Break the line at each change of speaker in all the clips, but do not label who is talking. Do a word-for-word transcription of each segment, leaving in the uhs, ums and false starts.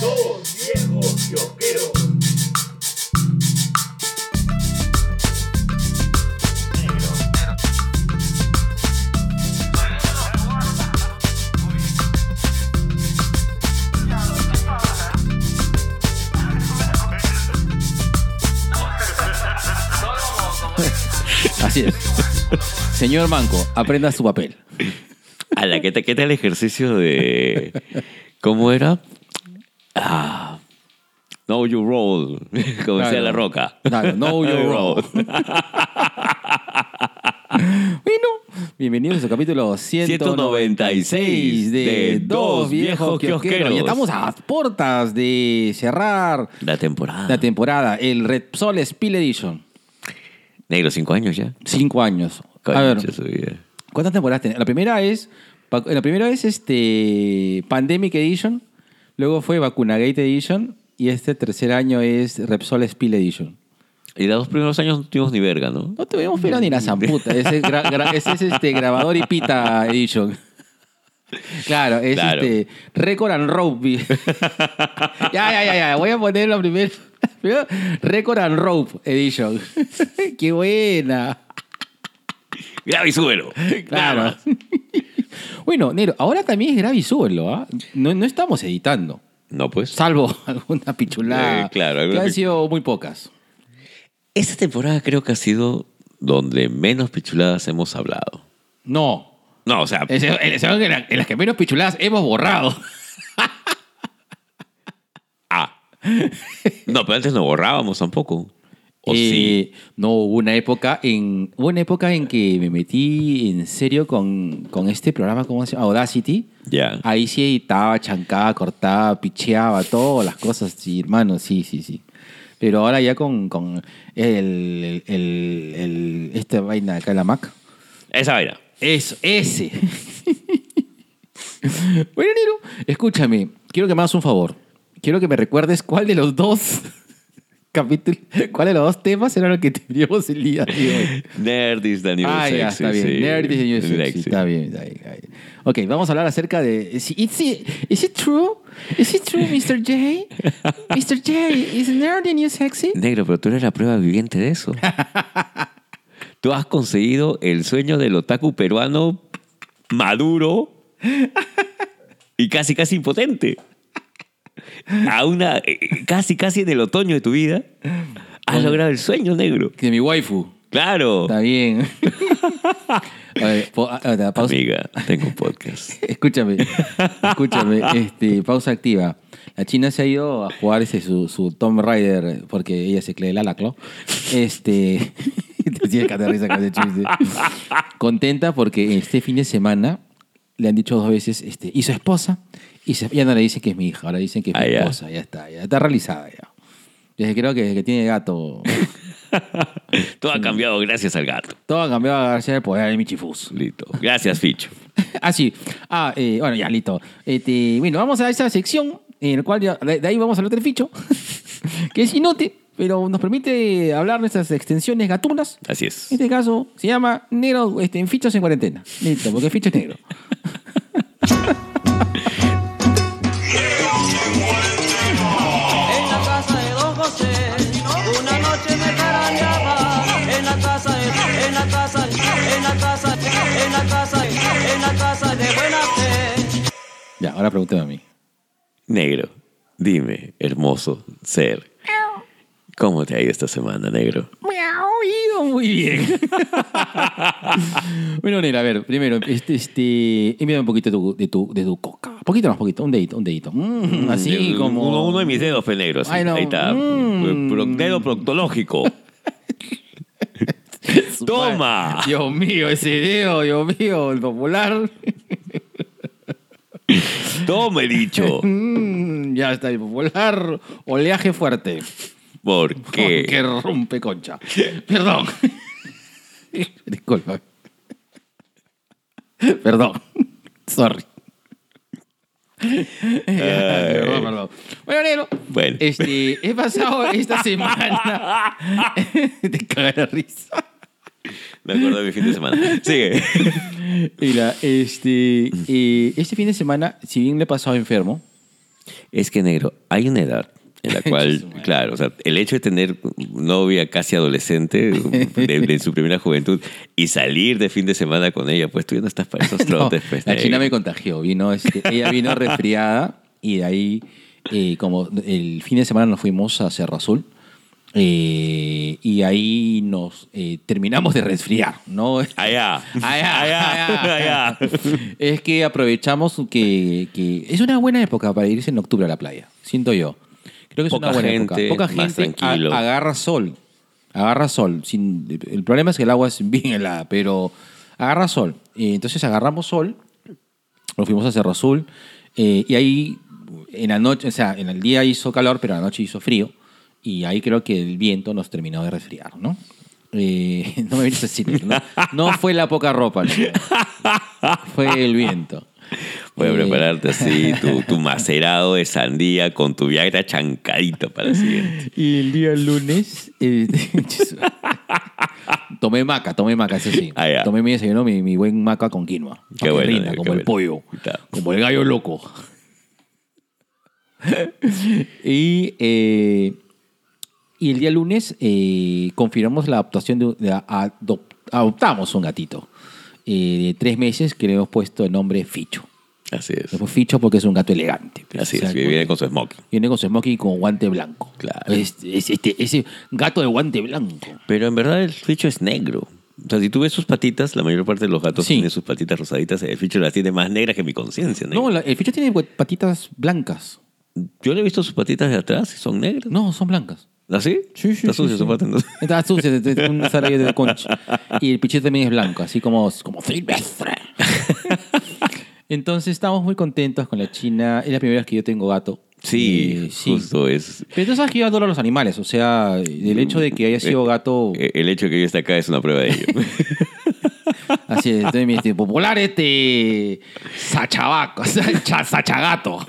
Dos viejos kiosqueros.
Así es. Señor Manco, aprenda su papel.
A la que te queda el ejercicio de... ¿Cómo era? Ah, know your role. Como decía
Claro.
La Roca.
Claro, know your role. Bueno, bienvenidos a su capítulo ciento noventa y seis de Dos Viejos Kiosqueros. Ya estamos a puertas de cerrar
La temporada.
la temporada, el Repsol Spiel Edition.
Negro, cinco años ya.
Cinco años.
Concha
A ver,
su vida.
¿cuántas temporadas tenemos? La primera es, la primera es este Pandemic Edition, luego fue Vacunagate Edition y este tercer año es Repsol Spiel Edition.
Y los dos primeros años no tuvimos ni verga, ¿no?
No tuvimos pero ni la zamputa. Ese es, gra- gra- ese es este grabador y pita edition. Claro, es
Claro.
este Record and Rope. ya, ya, ya, ya. Voy a poner la primera. Primero, Record and Rope Edition. Qué buena.
Graba y súbelo.
Claro. Bueno, Nero, ahora también es grave y súbelo, ¿ah? No, no estamos editando.
No, pues.
Salvo alguna pichulada.
Eh, claro,
que
alguna
han
pi-
sido muy pocas.
Esta temporada creo que ha sido donde menos pichuladas hemos hablado.
No.
No, o sea...
Es- es- es en la- en las que menos pichuladas hemos borrado.
Ah. No, pero antes no borrábamos tampoco. ¿O
Eh,
sí?
No, hubo una época en hubo una época en que me metí en serio con, con este programa, ¿cómo se llama? Audacity.
Ya.
Ahí sí editaba, chancaba, cortaba, picheaba, todas las cosas, sí, hermano, sí, sí, sí. Pero ahora ya con, con el, el, el, el- esta vaina acá en la Mac.
Esa vaina.
Eso, ese. Bueno, Nero, escúchame, quiero que me hagas un favor. Quiero que me recuerdes cuál de los dos capítulos, cuál de los dos temas era lo que teníamos el día de hoy.
Nerd is the new
Ah,
sexy.
ya, está bien.
sí.
Nerd is the new sexy.
Sexy.
Está bien, está bien, está bien. Ok, vamos a hablar acerca de... ¿Is it, is it true? ¿Is it true, mister J? mister J, ¿is nerd the new sexy?
Negro, pero tú eres la prueba viviente de eso. Tú has conseguido el sueño del otaku peruano maduro y casi, casi impotente. A una... eh, casi, casi en el otoño de tu vida has logrado el sueño, negro.
De mi waifu.
Claro.
Está bien. A ver, po- a- a- pausa.
Amiga, tengo un podcast.
Escúchame, escúchame, este, pausa activa. La China se ha ido a jugar ese, su, su Tomb Raider porque ella se cree el Alaclo. Este, te tienes que hacer risa con ese chiste. Contenta porque este fin de semana le han dicho dos veces, este, y su esposa, y se- ya no le dicen que es mi hija, ahora dicen que es mi
Ah, ya.
esposa, ya está, ya está realizada ya. Desde creo que desde que tiene gato,
Todo ha cambiado gracias al gato.
todo ha cambiado gracias al poder de Michifus.
Listo. Gracias, Ficho.
Ah, sí. Ah, eh, bueno, ya, listo. Este, bueno, vamos a esa sección en la cual ya- de, de ahí vamos al otro ficho, que es inútil, pero nos permite hablar de nuestras extensiones gatunas.
Así es.
En este caso se llama Negro este, en Fichos en Cuarentena. Listo, porque Ficho es negro.
En la casa de Don José, una noche me carañaba. En la casa de, en la casa, en la casa, en la casa, en la casa de buena fe.
Ya, ahora pregúntame a mí.
Negro, dime, hermoso ser, ¿cómo te ha ido esta semana, negro?
Me ha oído muy bien. Bueno, Nera, a ver, primero, este, este, envíame un poquito de tu, de tu, de tu coca. Poquito más, poquito, un dedito, un dedito. Mm, así
El-
como...
Uno, uno de mis dedos, fe negro. así.
Ay, no.
Ahí está.
Mm.
Pro- dedo proctológico. ¡Toma!
Dios mío, ese dedo, Dios mío, el popular.
¡Toma, he dicho!
Mm, ya está, el popular. Oleaje fuerte.
¿Por
Que
qué?
rompe concha. Perdón. Disculpa. Perdón. Sorry. Perdón, perdón. Bueno, Nero.
Bueno.
Este, he pasado esta semana. Te cagas la risa.
Me acuerdo de mi fin de semana. Sigue.
Mira, este, eh, este fin de semana, si bien le he pasado enfermo,
Es que, negro, hay una edad en la cual, claro, o sea, el hecho de tener novia casi adolescente de, de su primera juventud y salir de fin de semana con ella, pues tú ya no estás para esos trotes.
No,
pues,
la
negro.
china me contagió. Vino, este, ella vino resfriada y de ahí, eh, como el fin de semana nos fuimos a Cerro Azul. Eh, y ahí nos eh, terminamos de resfriar, ¿no?
Allá.
Allá,
Allá. Allá.
Es que aprovechamos que, que es una buena época para irse en octubre a la playa, siento yo. Creo que es
Poca
una buena
gente,
época. Poca
más
gente
tranquilo.
a- agarra sol. Agarra sol. Sin, el problema es que el agua es bien helada, pero agarra sol. Eh, entonces agarramos sol, nos fuimos a Cerro Azul eh, y ahí en la noche, o sea, en el día hizo calor, pero en la noche hizo frío. Y ahí creo que el viento nos terminó de resfriar, ¿no? Eh, no me vienes a decir, ¿no? No fue la poca ropa, no. Fue el viento.
Puedes
Eh,
prepararte así tu, tu macerado de sandía con tu Viagra chancadito para el siguiente.
Y el día lunes... eh, tomé maca, tomé maca, eso sí.
Ah, ya.
Tomé mi desayuno, mi, mi buen maca con quinoa.
Qué
Pa' que
bueno,
rinda,
qué
como el
bueno.
pollo.
Claro.
Como el gallo loco. y... Eh, Y el día lunes eh, confirmamos la adoptación de, de adop- adoptamos un gatito eh, de tres meses que le hemos puesto el nombre Ficho.
Así es.
Le hemos Ficho porque es un gato elegante. pues,
Así
o sea,
es. Viene con su smoking.
viene con su smoking y con guante blanco.
Claro.
Es, es este, ese gato de guante blanco.
Pero en verdad el ficho es negro. O sea, si tú ves sus patitas, la mayor parte de los gatos
Sí.
tienen sus patitas rosaditas. El ficho las tiene más negras que mi conciencia. negro.
No, la- el Ficho tiene patitas blancas.
Yo le he visto sus patitas de atrás y son negras.
No, son blancas.
¿Así?
Sí, sí,
Está
sí,
sucio
sí.
su pata, entonces.
Está sucio, de- de- un salario de concha. Y el pichito también es blanco, así como, como silvestre. Entonces estamos muy contentos con la China. Es la primera vez que yo tengo gato.
Sí,
Eh, sí.
justo es.
Pero tú sabes que yo adoro a los animales. O sea, el hecho de que haya sido gato...
Eh, El hecho de que yo esté acá es una prueba de ello.
Así es, entonces mi este, popular este... Sachabaco, sacha, sachagato.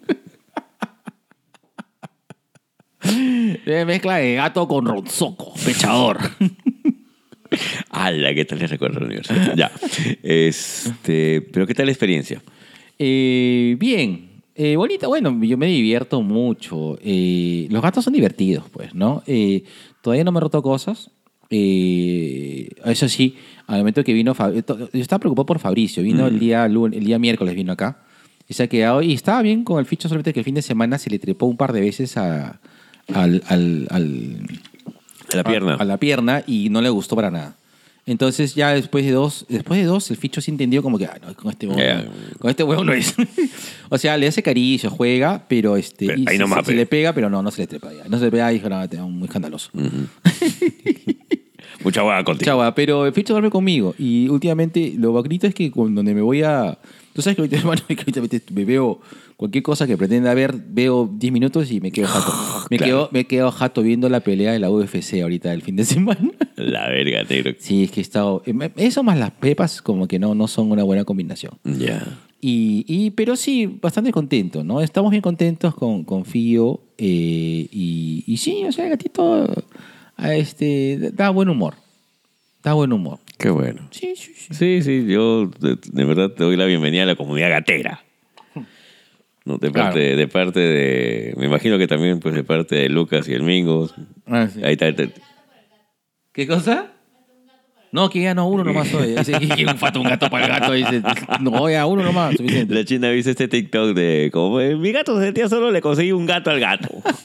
Eh, Mezcla de gato con ronzoco, pechador.
¡Hala! ¿Qué tal les recuerdo la universidad? Ya. Este, pero ¿qué tal la experiencia?
Eh, bien, eh, bonita. Bueno, yo me divierto mucho. Eh, los gatos son divertidos, pues, ¿no? Eh, todavía no me he roto cosas. Eh, eso sí, al momento que vino, Fab- yo estaba preocupado por Fabricio. Vino el día lun- el día miércoles vino acá y se ha quedado y estaba bien con el Ficho, solamente que el fin de semana se le trepó un par de veces a, al, al, al-
A la pierna.
a, a la pierna y no le gustó para nada. Entonces ya después de dos, después de dos, el Ficho sí entendió como que, ah, no, con este huevo,
Ya.
con este huevo no es. O sea, le hace cariño, juega, pero este,
Pero
y
ahí
se,
nomás,
se- se
pe.
le pega, pero no, no se le trepa ya. No se le pega, hijo, no, te da muy escandaloso.
Mucha hueá contigo.
Chava, pero el Ficho duerme conmigo y últimamente lo bonito es que con donde me voy a... Tú sabes que ahorita, hermano, que últimamente me veo cualquier cosa que pretenda ver, veo diez minutos y me quedo jato. Me,
Claro.
quedo, me quedo jato viendo la pelea de la U F C ahorita del fin de semana.
La verga, negro.
Sí, es que he estado... Eso más las pepas como que no, no son una buena combinación.
Ya.
Y, y, pero sí, bastante contento, ¿no? Estamos bien contentos con, con Fío eh, y, y sí, o sea, el gatito a este, da buen humor. Da buen humor.
Qué bueno.
Sí, sí, sí.
Sí, sí, yo de, de verdad te doy la bienvenida a la comunidad gatera. No, de
Claro.
parte, de parte de. Me imagino que también, pues, de parte de Lucas y el Mingo.
Ah, sí.
Ahí está. ahí está.
¿Qué cosa? No, que ya no, uno nomás hoy. Dice que un fato, un gato para el gato. Dice, no, ya uno nomás, suficiente.
La China viste este TikTok de como eh, mi gato se sentía solo, le conseguí un gato al gato.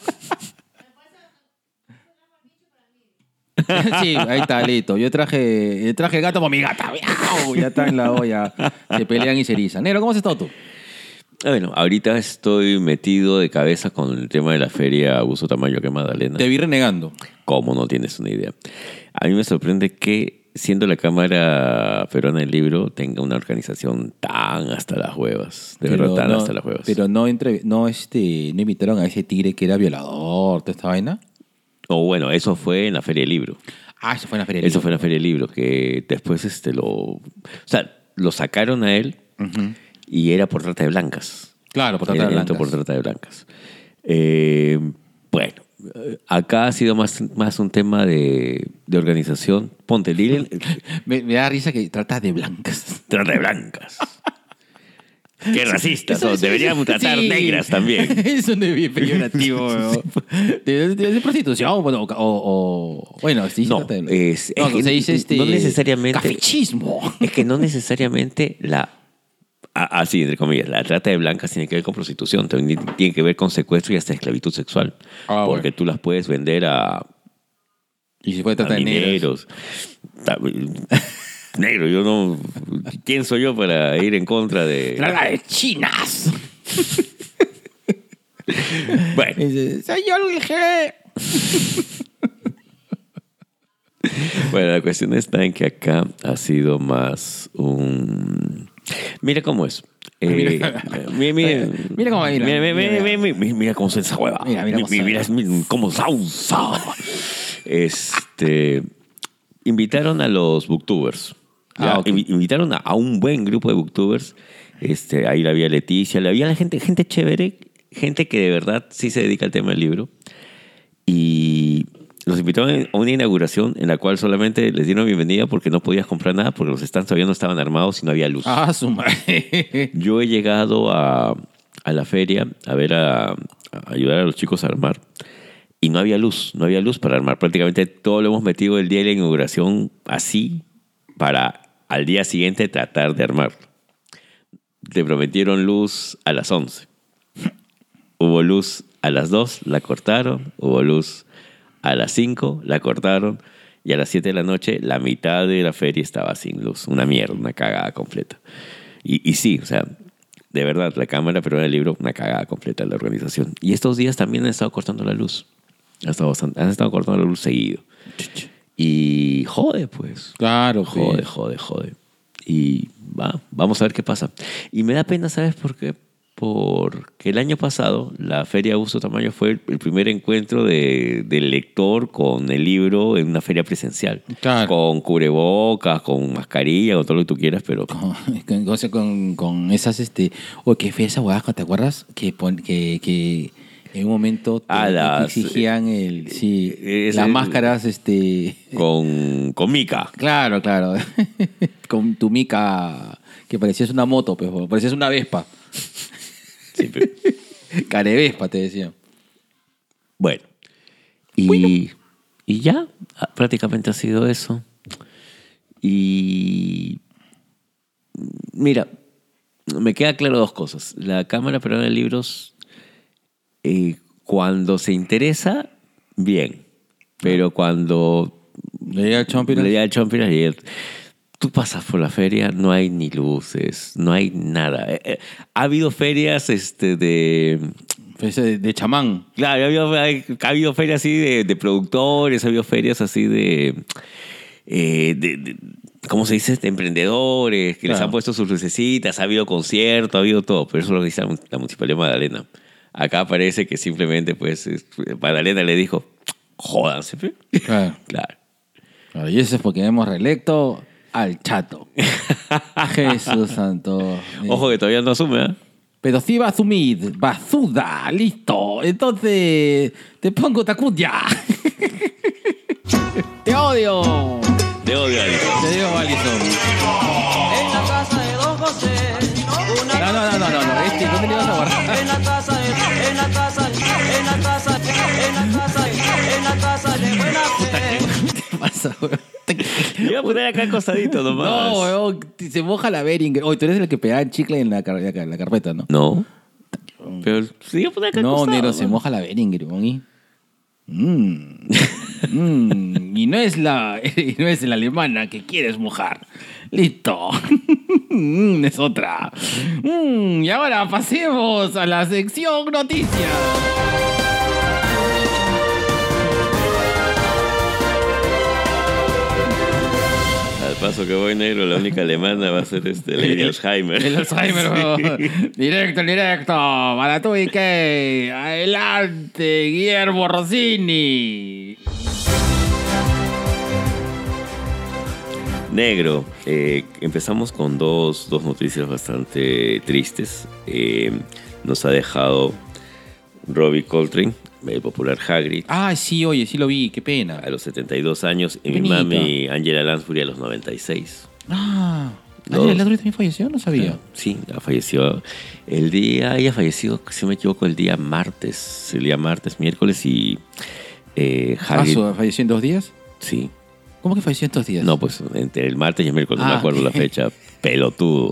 Sí, ahí está, listo. Yo traje, traje el gato por mi gata. ¡Miau! Ya está en la olla. Se pelean y se erizan. Negro, ¿cómo has estado tú?
Ah, Bueno, ahorita estoy metido de cabeza con el tema de la feria Abuso Tamayo que Magdalena.
Te vi renegando.
¿Cómo no tienes una idea? A mí me sorprende que, siendo la Cámara Peruana del Libro, tenga una organización tan hasta las huevas. De verdad, tan
no,
hasta las huevas.
Pero no, entre, no, este, no invitaron a ese tigre que era violador, toda esta vaina.
O bueno, eso fue en la Feria del Libro.
Ah, eso fue en la feria.
Eso fue en la Feria del Libro, que después este, lo... O sea, lo sacaron a él y era por trata de blancas.
Claro, por trata de
Era
blancas.
por trata de blancas. Eh, bueno, eh, acá ha sido más, más un tema de, de organización. Ponte, dile,
Me, me da risa que trata de blancas.
trata de blancas. Qué racistas
Eso-
son.
eso-
Deberíamos tratar
sí.
negras también.
Eso no es bien peyorativo, weón. Debe debe ser prostitución, bueno, o, o- bueno, sí,
No,
se trata de-
es-
no,
es que
se dice este...
no necesariamente-
Cafechismo.
Es que no necesariamente la... a- Así, entre comillas, la trata de blancas tiene que ver con prostitución, también tiene que ver con secuestro y hasta esclavitud sexual.
Ah,
porque
bueno.
tú las puedes vender a,
Y si fue
a
trata de negros.
mineros. Ta- Negro, yo no... ¿Quién soy yo para ir en contra de...?
Trata de chinas.
Bueno,
Dice, señor G.
bueno, la cuestión está en que acá ha sido más un... Mira cómo es. Eh,
Mira.
mira, mira,
Mira cómo- mira,
mira, mira,
mira.
mira, mira, mira, mira cómo se esa hueva.
Mira, mira cómo
mira,
se-
mira, mira cómo sausa. Este, invitaron a los booktubers. ¿ya?
Ah, ok.
Invi- Invitaron a, a un buen grupo de booktubers. Este, ahí la había Leticia, la había la gente, gente chévere, gente que de verdad sí se dedica al tema del libro. Y los invitaron a una inauguración en la cual solamente les dieron bienvenida porque no podías comprar nada, porque los stands todavía no estaban armados y no había luz.
Ah, su madre.
Yo he llegado a, a la feria a ver a, a ayudar a los chicos a armar y no había luz, no había luz para armar. Prácticamente todo lo hemos metido el día de la inauguración así para al día siguiente tratar de armar. Te prometieron luz a las once. Hubo luz a las dos, la cortaron. Hubo luz a las cinco, la cortaron. Y a las siete de la noche, la mitad de la feria estaba sin luz. Una mierda, una cagada completa. Y, y sí, o sea, de verdad, la Cámara Peruana del Libro, una cagada completa de la organización. Y estos días también han estado cortando la luz. Han estado, bastante- han estado cortando la luz seguido. Y jode, pues.
Claro,
Jode,
pues.
jode, jode. Y va, vamos a ver qué pasa. Y me da pena, ¿sabes por qué? Porque el año pasado la Feria Busto Tamayo fue el, el primer encuentro de, del lector con el libro en una feria presencial.
Claro.
Con cubrebocas, con mascarilla, con todo lo que tú quieras, pero...
Con, con, o sea, con, con esas, este... Oye, qué fea esa hueá, ¿te acuerdas? Que, pon- que, que en un momento te,
Ah,
te
las-
exigían el... Sí,
eh, ese-
las máscaras, este...
Con, con mica.
Claro, claro. Con tu mica, que parecías una moto, pues, huevón, parecías una Vespa.
Sí, pero-
Carebespa, te decía.
Bueno, y, y ya, ah, prácticamente ha sido eso. Y mira, me queda claro dos cosas. La Cámara Peruana de Libros, eh, cuando se interesa, bien. Pero cuando
Le llega el Chompiras.
le llega el Chompiras y el- tú pasas por la feria, no hay ni luces, no hay nada. Eh, eh, ha habido ferias este, de...
Ese de, de chamán.
Claro, ha habido, ha habido ferias así de, de productores, ha habido ferias así de, eh, de, de- ¿cómo se dice? De emprendedores, que les
Claro.
han puesto sus lucecitas, ha habido conciertos, ha habido todo, pero eso lo dice la, la Municipalidad de Magdalena. Acá parece que simplemente, pues, es- Magdalena le dijo, jódanse, pe".
Claro.
Claro.
Claro, y eso es porque hemos reelecto al chato. Jesús santo.
Ojo que todavía no asume, ¿eh?
Pero sí va a asumir. Bazuda, listo. Entonces, te pongo tacuya. Te odio.
Te odio, Alison.
Te digo, Alison.
En la casa de Don José, una
No, no, no, no, no, no. Este, ¿dónde le vas a guardar?
En la casa de, en la casa, en la casa, en la casa, en la casa de buena fe.
¿Qué pasa, weón?
Yo voy a poner acá acostadito nomás.
No, weón, se moja la Beringer. Oye, tú eres el que pegaba el chicle en la, car- en la carpeta, ¿no?
No. Pero sí, voy a poner acá
No,
acostado,
negro, se
¿no?
moja la Beringer, weón. y- Mm. Mm. Y no es la y no es la alemana que quieres mojar. Listo. Mm, es otra. Mm, y ahora pasemos a la sección noticias.
Al paso que voy, negro, la única alemana va a ser este, Lady Alzheimer.
El Alzheimer, weón. Directo, directo. Para tú y qué. Adelante, Guillermo Rossini.
Negro, eh, empezamos con dos, dos noticias bastante tristes. Eh, nos ha dejado Robbie Coltrane, el popular Hagrid,
Ah, sí, oye, sí lo vi. Qué pena.
a los setenta y dos años, y
Qué
mi
penita.
mami Angela Lansbury a los noventa y seis.
Ah. Ah,
Los-
¿el Ladro también falleció? No sabía.
Sí, ella falleció el día, ella falleció, si no me equivoco, el día martes, el día martes, miércoles y eh,
Ah,
Hagrid,
¿su- ¿falleció en dos días?
sí.
¿Cómo que falleció en dos días?
No, pues entre el martes y el miércoles, no
Ah.
me acuerdo la fecha, pelotudo.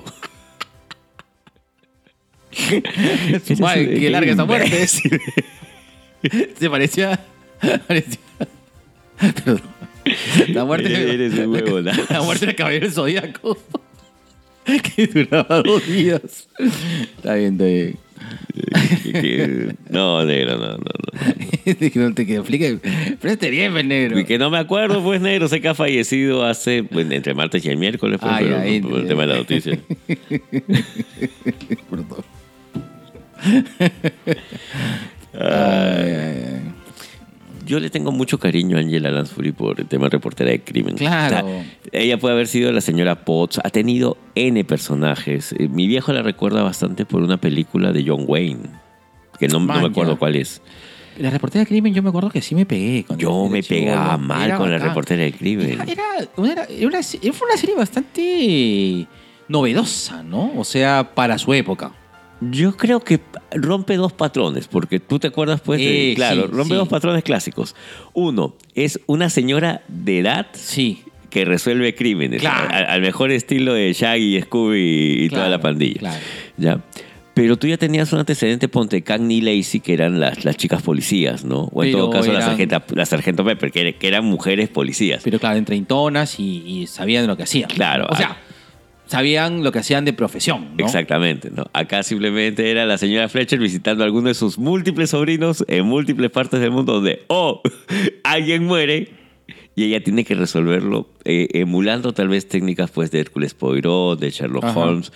Su madre, qué larga esa muerte.
Imbécil.
Se parecía... parecía... Perdón. La muerte,
Eres- eres un huevo, ¿no?
la muerte del caballero del Zodíaco. Que duraba dos días. Está bien, está bien.
Que- que- No, negro, no, no, no.
Que no te que explique. Preste bien, pues, negro.
Y que no me acuerdo, pues, negro. Sé que ha fallecido hace, bueno, entre martes y el miércoles, pues,
Ah,
pero,
ya, ahí
por el
entendí.
tema de la noticia.
Perdón. Ay, ay, ay.
Yo le tengo mucho cariño a Angela Lansbury por el tema de reportera de crimen.
Claro.
O sea, ella puede haber sido la señora Potts, ha tenido N personajes. Eh, Mi viejo la recuerda bastante por una película de John Wayne, que no, no me
Vaya.
acuerdo cuál es.
La reportera de crimen, yo me acuerdo que sí me pegué. cuando
Yo
era
me
chibolo.
pegaba mal
Era
con la
bacán.
reportera de crimen.
Era, era una, era una- fue una serie bastante novedosa, ¿no? O sea, para su época.
Yo creo que rompe dos patrones, porque tú te acuerdas, pues, de-
Eh,
claro,
sí,
rompe
sí.
dos patrones clásicos. Uno, es una señora de edad
Sí.
que resuelve crímenes,
Claro.
al, al mejor estilo de Shaggy, Scooby y toda
Claro,
la pandilla.
claro.
¿Ya? Pero tú ya tenías un antecedente, ponte Cagney y Lacey, que eran las, las chicas policías, ¿no? O en
Pero
todo caso la,
eran-
sargenta, la sargento Pepper, que, que eran mujeres policías.
Pero claro, en treintonas y, y sabían lo que hacían.
Claro.
O sea, sabían lo que hacían de profesión, ¿no?
Exactamente, ¿no? Acá simplemente era la señora Fletcher visitando a alguno de sus múltiples sobrinos en múltiples partes del mundo donde, oh, alguien muere y ella tiene que resolverlo eh, emulando tal vez técnicas pues de Hércules Poirot, de Sherlock
Ajá.
Holmes.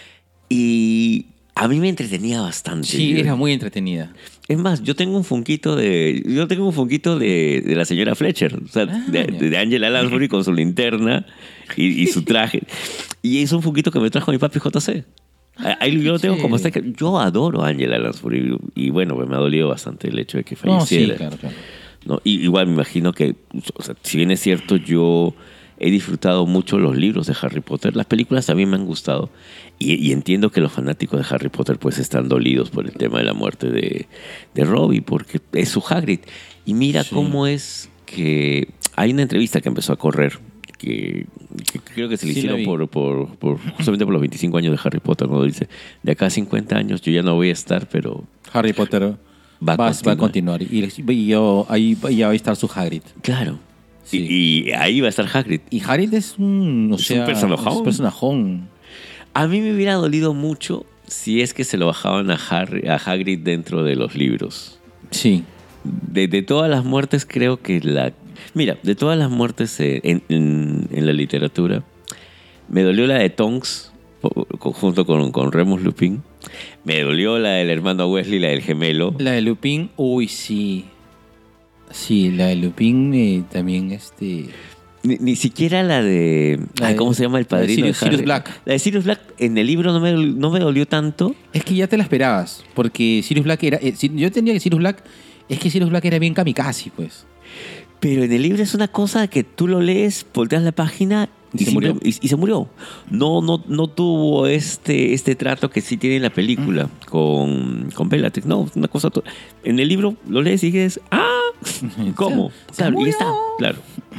Y a mí me entretenía bastante.
Sí,
Yo-
era muy entretenida.
Es más, yo tengo un funquito de. Yo tengo un funquito de, de la señora Fletcher. O sea,
Ah,
de,
ya.
de Angela Lansbury con su linterna y, y su traje. Y es un funquito que me trajo mi papi J C. Ahí yo lo tengo como está.
chévere.
Yo adoro a Angela Lansbury. Y bueno, pues me ha dolido bastante el hecho de que
No, sí,
falleciera.
claro, claro.
¿No? Y, igual me imagino que, o sea, si bien es cierto, yo he disfrutado mucho los libros de Harry Potter. Las películas también me han gustado. Y, y entiendo que los fanáticos de Harry Potter pues están dolidos por el tema de la muerte de, de Robbie, porque es su Hagrid. Y mira
Sí.
cómo es que hay una entrevista que empezó a correr, que, que creo que se le
Sí, la
hicieron
vi.
por, por, por- justamente por los veinticinco años de Harry Potter, cuando dice, de acá a cincuenta años yo ya no voy a estar, pero
Harry Potter
Va a
va, va a
continuar.
continuar. Y, y yo, ahí ya va a estar su Hagrid.
claro.
Sí.
Y, y ahí va a estar Hagrid.
Y Hagrid es un... O
Es
sea,
un personajón.
es un personajón.
A mí me hubiera dolido mucho si es que se lo bajaban a, Harry, a Hagrid dentro de los libros.
Sí.
De, de todas las muertes, creo que la... Mira, de todas las muertes eh, en, en- en la literatura, me dolió la de Tonks, po- co- junto con, con Remus Lupin. Me dolió la del hermano Wesley, la del gemelo.
La de Lupin, uy, sí. Sí, la de Lupin eh, también, este...
Ni, ni siquiera la de...
La
ay,
de-
¿cómo se llama el
la de
padrino de,
Sirius- Sirius
Harry?
Black.
La de Sirius Black en el libro no me, no me dolió tanto.
Es que ya te la esperabas, porque Sirius Black era... eh, si- yo tenía que Sirius Black... Es que Sirius Black era bien kamikaze, pues.
Pero en el libro es una cosa que tú lo lees, volteas la página
¿Y se
simple-
murió?
y- y se murió. No, no, no tuvo este, este trato que sí tiene en la película con, con Bellatrix. No, es una cosa... to- En el libro lo lees y dices, ¡ah! ¿Cómo?
Se
Claro, y
murió.
está, claro.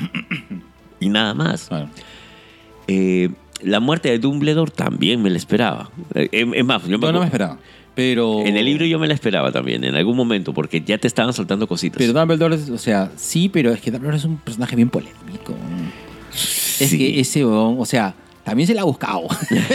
Y nada más.
Claro.
Eh, la muerte de Dumbledore también me la esperaba. Eh, Es más, yo me
Yo no
acuerdo-
me esperaba. Pero...
en el libro yo me la esperaba también, en algún momento, porque ya te estaban soltando cositas.
Pero Dumbledore, es- o sea, sí, pero es que Dumbledore es un personaje bien polémico. Es
Sí.
que ese, huevón, o sea, también se la ha buscado.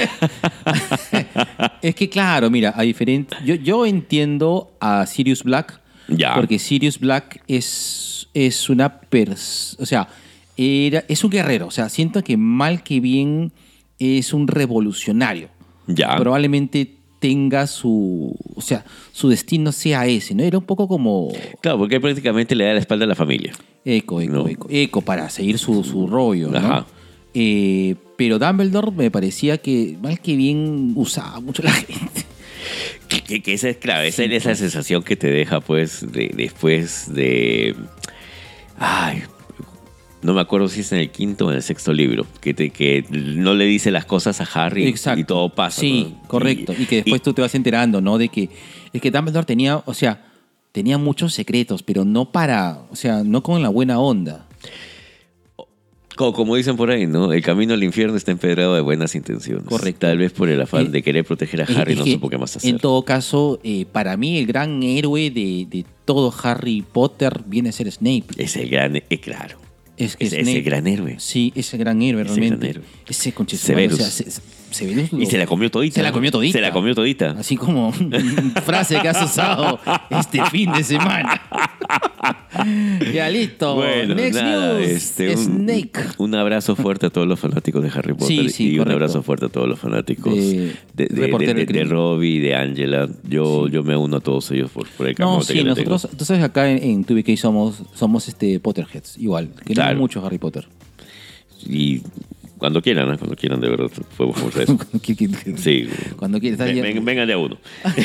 Es que claro, mira, a diferente... Yo, yo entiendo a Sirius Black,
Ya.
porque Sirius Black es, es una... Pers o sea, era, es un guerrero. O sea, siento que mal que bien es un revolucionario.
Ya.
Probablemente tenga su... O sea, su destino sea ese, ¿no? Era un poco como...
Claro, porque él prácticamente le da la espalda a la familia.
Eco, eco,
No.
eco. Eco para seguir su, su rollo, ¿no?
Ajá.
Eh, pero Dumbledore me parecía que, mal que bien, usaba mucho a la gente.
Que, que- que esa es, claro, esa es esa sensación que te deja, pues, de- después de... Ay, no me acuerdo si es en el quinto o en el sexto libro, que, te, que no le dice las cosas a Harry
Exacto.
y todo pasa.
Sí,
¿no?
correcto. Y, y que después
y,
tú te vas enterando, ¿no? De que es que Dumbledore tenía, o sea, tenía muchos secretos, pero no para, o sea, no con la buena onda.
Como, como dicen por ahí, ¿no? El camino al infierno está empedrado de buenas intenciones.
Correcto.
Tal vez por el afán
Eh,
de querer proteger a Harry
Es
no
que,
supo qué más hacer.
En todo caso, eh, para mí el gran héroe de, de todo Harry Potter viene a ser Snape.
Es el gran... Eh, claro.
Es que
Es
Snape,
ese gran héroe.
Sí, ese gran héroe
Ese
realmente.
gran héroe.
Ese conchito.
Severus.
O sea, se, se- Severus
Y
lo-
se la comió todita.
Se la
¿no?
comió todita.
Se la comió todita.
Así como frase que has usado este fin de semana. Ya listo.
Bueno,
Next
nada,
news.
este, un,
Snake.
un abrazo fuerte a todos los fanáticos de Harry Potter
Sí, sí,
y un
correcto.
abrazo fuerte a todos los fanáticos
De-
de, de,
Reportero
de,
del
de,
Crimen.
Robbie, de Angela. Yo, yo me uno a todos ellos por, por el
No,
camote
sí,
que le
nosotros,
tengo.
tú sabes, acá en, en two B K somos, somos este Potterheads, igual. Queremos
Claro.
mucho Harry Potter.
Y cuando quieran, ¿no? Cuando quieran, de verdad, podemos hacer eso. Sí.
Cuando quieras.
Ven- ven- vengan de a uno.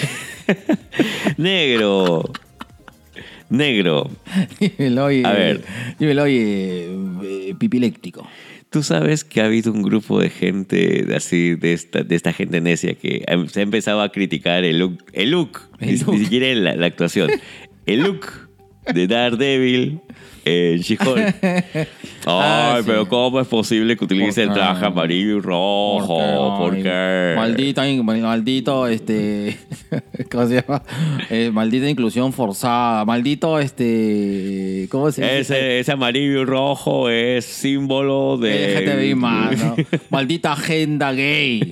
Negro. Negro.
Dímelo, oye.
A ver.
Dímelo, oye, eh, pipiléptico.
Tú sabes que ha habido un grupo de gente de así de esta, de esta gente necia que ha- se ha empezado a criticar el look, el look,
El
ni,
look.
ni siquiera la, la actuación, el look de Daredevil en She-Hulk. Ay,
Ah, sí.
pero ¿cómo es posible que utilice el
¿Por qué?
traje amarillo y rojo? ¿Por
Ay,
qué?
Maldita, maldito, este, ¿cómo se llama? Eh, maldita inclusión forzada, maldito, este, ¿cómo se dice?
Ese, ese amarillo y rojo es símbolo de...
L G T B I más, ¿no? Maldita agenda gay.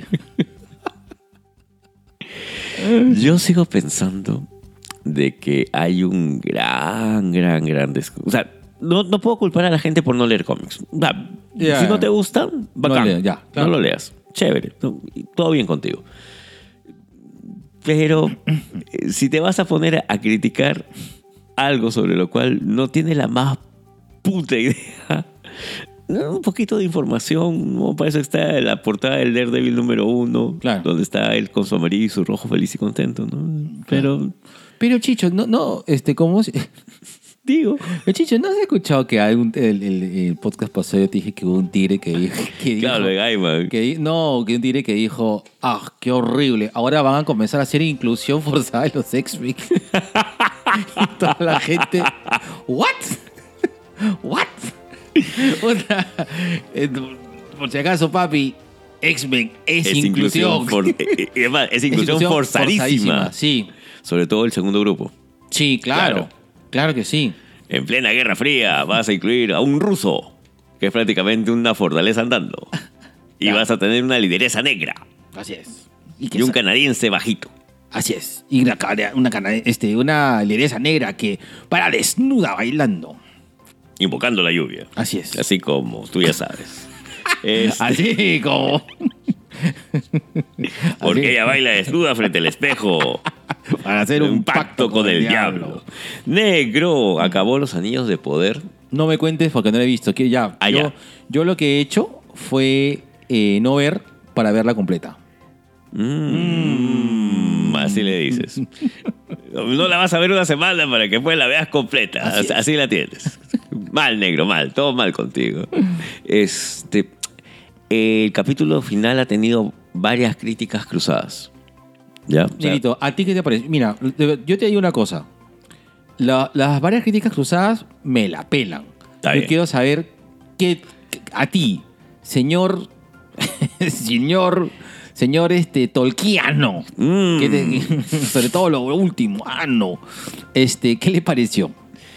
Yo sigo pensando de que hay un gran, gran, gran... des- O sea, no, no puedo culpar a la gente por no leer cómics. O sea,
Ya.
si no te gustan, bacán.
lea, ya, claro.
No lo leas. Chévere. No, y todo bien contigo. Pero eh, si te vas a poner a criticar algo sobre lo cual no tienes la más puta idea... Un poquito de información, ¿no? Para eso está la portada del Daredevil número uno,
Claro.
donde está él con su amarillo y su rojo feliz y contento, ¿no? Pero,
Pero Chicho, no, no, este, ¿cómo se...?
digo,
Pero, Chicho, ¿no has escuchado que hay un, el, el- el podcast pasado yo te dije que hubo un tigre que dijo... Que dijo
claro, de Gaiman.
que di- no, que un tigre que dijo, ah, qué horrible, ahora van a comenzar a hacer inclusión forzada de los X-Men. Y toda la gente, ¿what? ¿What? O sea, eh, por si acaso, papi, X-Men es, inclusión.
for- eh, eh, y además, es inclusión,
inclusión
forzadísima.
Sí,
Sobre todo el segundo grupo.
sí, claro,
Claro.
claro. que sí.
En plena Guerra Fría vas a incluir a un ruso, que es prácticamente una fortaleza andando. Y
Claro.
vas a tener una lideresa negra
Así es. Y, que
y un
sa-
canadiense bajito.
Así es. Y una, cana- una, cana- este, una lideresa negra que para desnuda bailando.
Invocando la lluvia.
Así es.
Así como tú ya sabes. Este,
Así como.
porque
Así.
ella baila desnuda frente al espejo.
Para hacer un,
pacto con el diablo. Negro, acabó los anillos de poder.
No me cuentes porque no lo he visto. Que ya,
Ah,
yo,
ya.
yo lo que he hecho fue eh, no ver para verla completa.
Mm, así le dices. No la vas a ver una semana para que después la veas completa.
Así
Así,
es.
la tienes. Mal, negro, mal. Todo mal contigo. Este, el capítulo final ha tenido varias críticas cruzadas. ¿Ya? O sea,
Negrito, ¿a ti qué te parece? Mira, de- yo te digo una cosa. La- las varias críticas cruzadas me la pelan.
Está
yo
bien.
quiero saber qué a ti, señor, señor, señor este Tolkiano,
Mm.
que te- sobre todo lo último, ah no, este, ¿qué le pareció?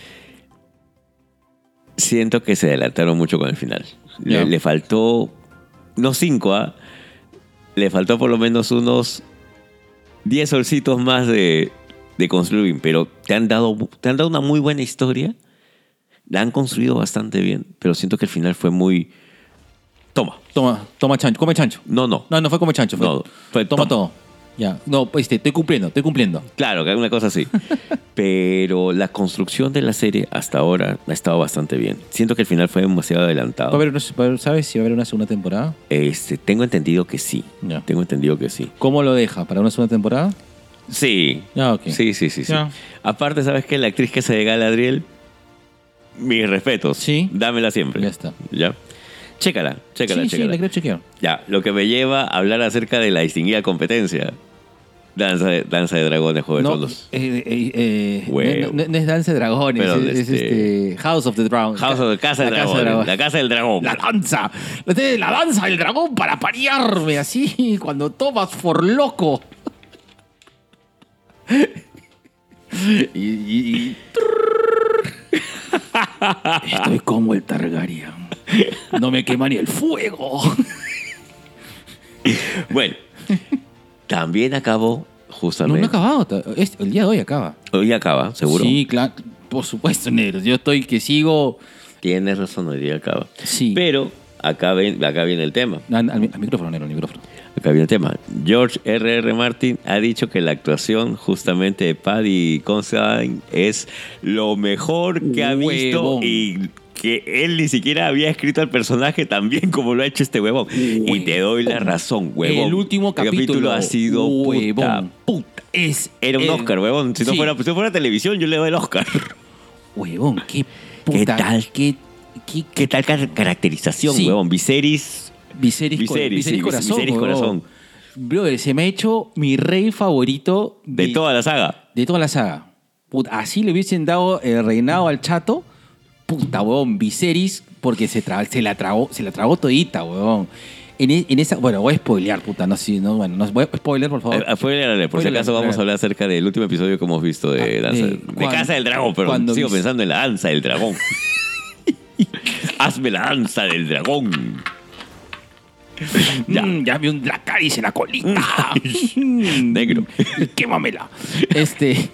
siento que se adelantaron mucho con el final.
Ya.
Le, le faltó, no cinco, ¿ah? Le faltó por lo menos unos diez solcitos más de, de construir, pero te han, dado, te han dado una muy buena historia, la han construido bastante bien, pero siento que el final fue muy... Toma.
Toma, toma chancho, come chancho.
No, no.
No, no fue come chancho, fue,
No, fue
toma
toma.
todo. Ya, no, pues este, estoy cumpliendo, estoy cumpliendo.
Claro, que una cosa así. Pero la construcción de la serie hasta ahora ha estado bastante bien. Siento que el final fue demasiado
¿Va a
adelantado.
haber una- va a haber- ¿Sabes si va a haber una segunda temporada?
Este, tengo entendido que sí.
Ya.
Tengo entendido que sí.
¿Cómo lo deja? ¿Para una segunda temporada?
Sí.
Ya, ok.
Sí, sí, sí, sí.
Ya.
Aparte, ¿sabes qué? La actriz que se de Galadriel mis respetos.
Sí.
Dámela siempre.
Ya está.
¿Ya? Chécala, chécala,
sí,
chécala.
sí, la quiero chequear.
Ya, lo que me lleva a hablar acerca de la distinguida competencia. Danza de, Danza de Dragones, Juego de
No,
Tronos.
eh, eh, eh,
Huevo.
no, no- no es Danza de Dragones,
Pero,
es, es
este-
este House of the Dragon.
House of the Casa del
La
Dragón.
Dragón.
La Casa del Dragón.
La danza. La danza del dragón para parearme así cuando tomas por loco. y, y- y- Estoy como el Targaryen. No me quema ni el fuego.
Bueno, también acabó
No,
justamente.
no ha acabado. ta- es- El día de hoy acaba.
Hoy acaba, seguro.
Sí, claro. Por supuesto, negros. Yo estoy que sigo.
Tienes razón, hoy día acaba.
Sí.
Pero acá, ven- acá viene el tema.
Al, al- al micrófono, negro, al micrófono.
Acá viene el tema. George R R. Martin ha dicho que la actuación justamente de Paddy Considine es lo mejor que ha visto
Huevón.
y que él ni siquiera había escrito al personaje tan bien como lo ha hecho este huevón. Y te doy la razón, huevón.
El último capítulo,
ha sido
huevón.
puta.
Puta, es.
Era un
el-
Oscar, huevón. Si no,
Sí.
fuera, si no fuera televisión, yo le doy el Oscar.
Huevón, qué puta.
¿Qué tal?
Qué, qué,
¿Qué tal car- caracterización,
Sí.
huevón? Viserys.
Viserys,
Viserys,
Viserys
sí,
Corazón.
Viserys
huevón.
Corazón.
Brother, se me ha hecho mi rey favorito
De toda la saga.
de toda la saga. Puta, así le hubiesen dado el reinado al chato. Puta, huevón, Viserys, porque se, tra- se la tragó, se la tragó todita, huevón. En, e- en esa, bueno, voy a spoilear, puta, no sé, no, bueno, no, voy a spoiler, por favor.
Eh, spoilerale, por si
Spoiler,
acaso vamos a
spoiler.
hablar acerca del último episodio que hemos visto de,
Ah,
danza,
de
de,
cuando-
Casa del Dragón, pero
cuando
sigo
vis-
pensando en la danza del dragón. Hazme la danza del dragón. Ya.
Mm, ya vi un Dracarys en la colita. Mm,
Negro.
Quémamela. Este.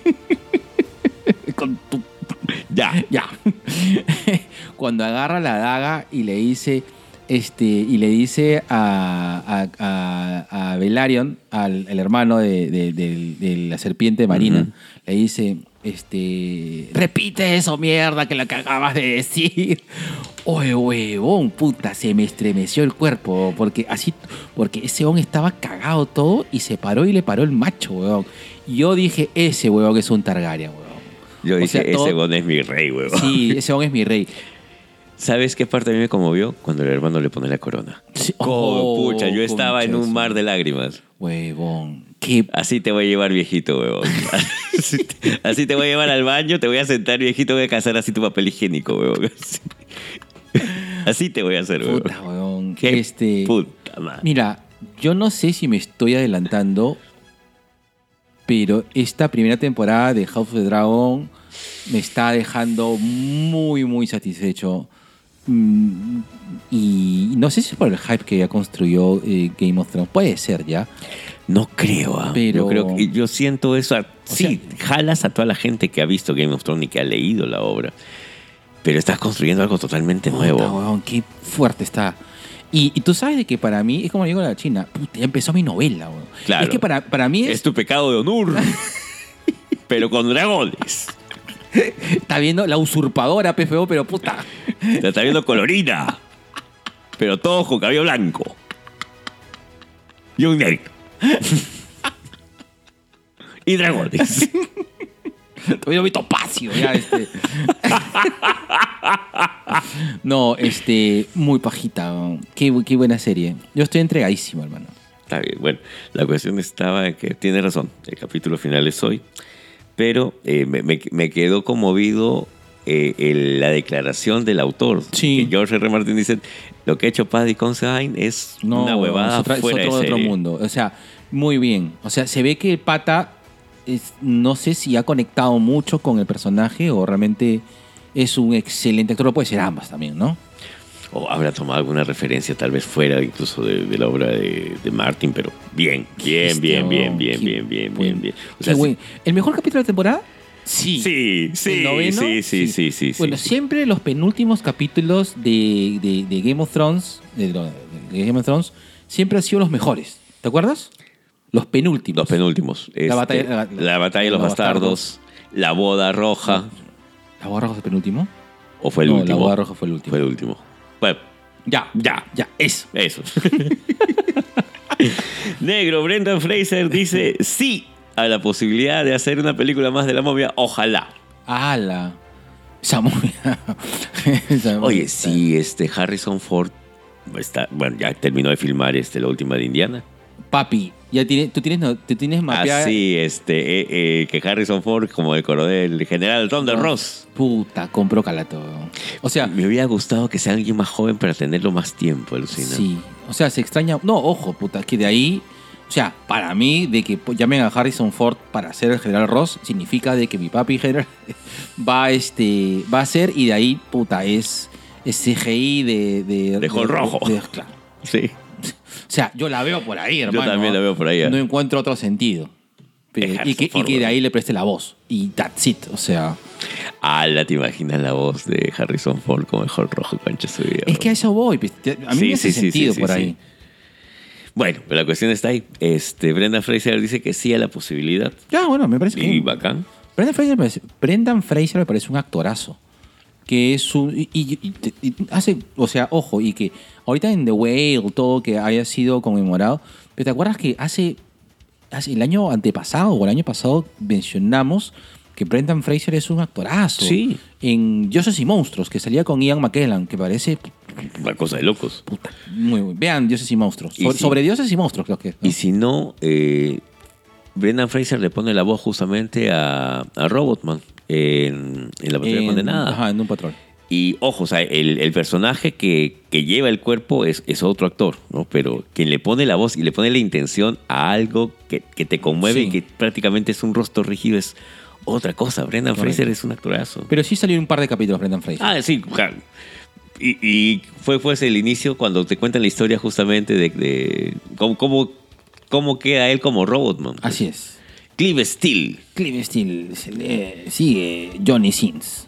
Con tu.
Ya.
Ya. Cuando agarra la daga y le dice. Este. Y le dice a. a, a, a Velaryon, al el hermano de, de- de- de la serpiente marina,
Ujú.
le dice. Este. Repite eso, mierda, que lo que acabas de decir. Oye, huevón, puta, se me estremeció el cuerpo. Porque así. Porque ese huevón estaba cagado todo y se paró y le paró el macho, huevón. Y yo dije, ese huevón es un Targaryen, huevón.
Yo
O
dije,
sea, todo-
ese bon es mi rey, huevón.
Sí, ese huevón es mi rey.
¿Sabes qué parte a mí me conmovió? Cuando el hermano le pone la corona.
Sí.
Como,
Oh,
pucha, yo estaba en
concha
un
de
mar
su-
de lágrimas.
Huevón. Qué.
Así te voy a llevar, viejito, huevón. Así te, así te voy a llevar al baño, te voy a sentar, viejito, voy a cazar así tu papel higiénico, huevón. Así, así te voy a hacer, huevón.
Puta, huevón.
Qué
este.
puta madre.
Mira, yo no sé si me estoy adelantando, pero esta primera temporada de House of the Dragon me está dejando muy, muy satisfecho. Mm, Y no sé si es por el hype que ya construyó eh, Game of Thrones. Puede ser ya.
No creo, ah.
Pero-
Yo creo que yo siento eso. a- sí,
sea-
jalas a toda la gente que ha visto Game of Thrones y que ha leído la obra. Pero estás construyendo algo totalmente
Puta,
nuevo.
huevón, qué fuerte está. Y, y tú sabes de que para mí, es como digo la China, puta, ya empezó mi novela, huevón.
Claro.
Es que para, para mí
Es
es,
tu pecado de honor. Pero con dragones.
está viendo la usurpadora P F O, pero puta.
Te está viendo colorina. Pero todos con cabello blanco. Y un negro. Y dragones.
Todavía vi Topacio, ya, este. No, este, muy pajita. weón. Qué, bu- qué buena serie. Yo estoy entregadísimo, hermano.
Está bien, bueno, la cuestión estaba en que tiene razón, el capítulo final es hoy, pero eh, me, me- me quedó conmovido eh, el- la declaración del autor.
Sí.
Que George R. R. Martin dice, lo que ha hecho Paddy Considine es
No,
una huevada
es, otra- es
fuera
otro,
de
otro
serie.
mundo. O sea, muy bien. O sea, se ve que el pata, es, no sé si ha conectado mucho con el personaje o realmente es un excelente actor. Puede ser ambas también, ¿no?
O habrá tomado alguna referencia tal vez fuera incluso de, de la obra de, de Martin, pero bien, bien,
Este,
bien, bien,
oh,
bien,
qué
bien, bien,
buen-
bien, bien. O
qué
sea,
buen- ¿El mejor capítulo de la temporada? Sí.
sí, sí,
¿El noveno?
sí, sí, sí, sí, sí.
Bueno,
sí.
siempre los penúltimos capítulos de, de- de Game of Thrones, de, de Game of Thrones, siempre han sido los mejores. ¿Te acuerdas? Los penúltimos.
Los penúltimos. Este,
La
la,
batalla- la- la-
batalla de los
los
bastardos, la boda roja,
¿La boda roja es el penúltimo?
o fue el
No,
último.
la boda roja fue el último.
Fue el último. Bueno,
Ya,
ya.
ya, eso.
Eso. Negro, Brendan Fraser dice sí a la posibilidad de hacer una película más de la momia. Ojalá.
¡Hala! Esa movie. Esa movie
Oye,
está-
si este Harrison Ford está, bueno, ya terminó de filmar este, la última de Indiana.
Papi, ya tiene, tú tienes, no, tú tienes mapeada.
Así, este, eh, eh, que Harrison Ford, como el coronel general Thunder Ross.
Puta, compró calato. O sea,
Me hubiera gustado que sea alguien más joven para tenerlo más tiempo, alucina.
sí. O sea, se extraña. No, ojo, puta, que de ahí. O sea, para mí, de que llamen a Harrison Ford para ser el general Ross, significa de que mi papi general va, este, va a ser, y de ahí, puta, es, es C G I de. De,
De Hulk rojo.
de- claro.
Sí.
O sea, yo la veo por ahí, hermano.
también la veo por ahí, ¿eh?
No encuentro otro sentido. Pero- y,
Harrison
que, y
Ford,
que de
¿no?
ahí le preste la voz. Y that's it. O sea,
Ah, la te imaginas la voz de Harrison Ford como el Hulk rojo, concha su vida.
es que a eso voy. pues, A mí
Sí,
me hace
sí, sí,
sentido
sí,
por
sí,
ahí.
sí. Bueno, pero la cuestión está ahí. Este, Brendan Fraser dice que sí a la posibilidad.
Ya, bueno, me parece
Y
que.
bacán.
Brendan Fraser, me parece, Brendan Fraser me parece un actorazo. Que es un. Y, y- y- y hace. O sea, ojo, y que ahorita en The Whale, todo que haya sido conmemorado. Pero ¿te acuerdas que hace. hace el año antepasado o el año pasado mencionamos que Brendan Fraser es un actorazo?
Sí.
En Dioses y Monstruos, que salía con Ian McKellen, que parece.
Una cosa de locos.
Puta, muy bueno. Vean Dioses y Monstruos.
Y
So-
sí.
Sobre Dioses y Monstruos, creo que es, ¿no?
Y si no, eh, Brendan Fraser le pone la voz justamente a, a Robotman en, en La Patrulla
En-
Condenada.
Ajá, en un patrón.
Y ojo, o sea, el, el personaje que, que lleva el cuerpo es, es otro actor, ¿no? Pero quien le pone la voz y le pone la intención a algo que, que te conmueve
Sí.
y que prácticamente es un rostro rígido es otra cosa. Brendan
Correcto.
Fraser es un actorazo.
Pero sí salió un par de capítulos Brendan Fraser.
Ah, sí, claro. Y, y fue pues el inicio cuando te cuentan la historia justamente de, de cómo, cómo, cómo queda él como Robotman.
Así es.
Clive Steele.
Clive Steele se le sigue Johnny Sins.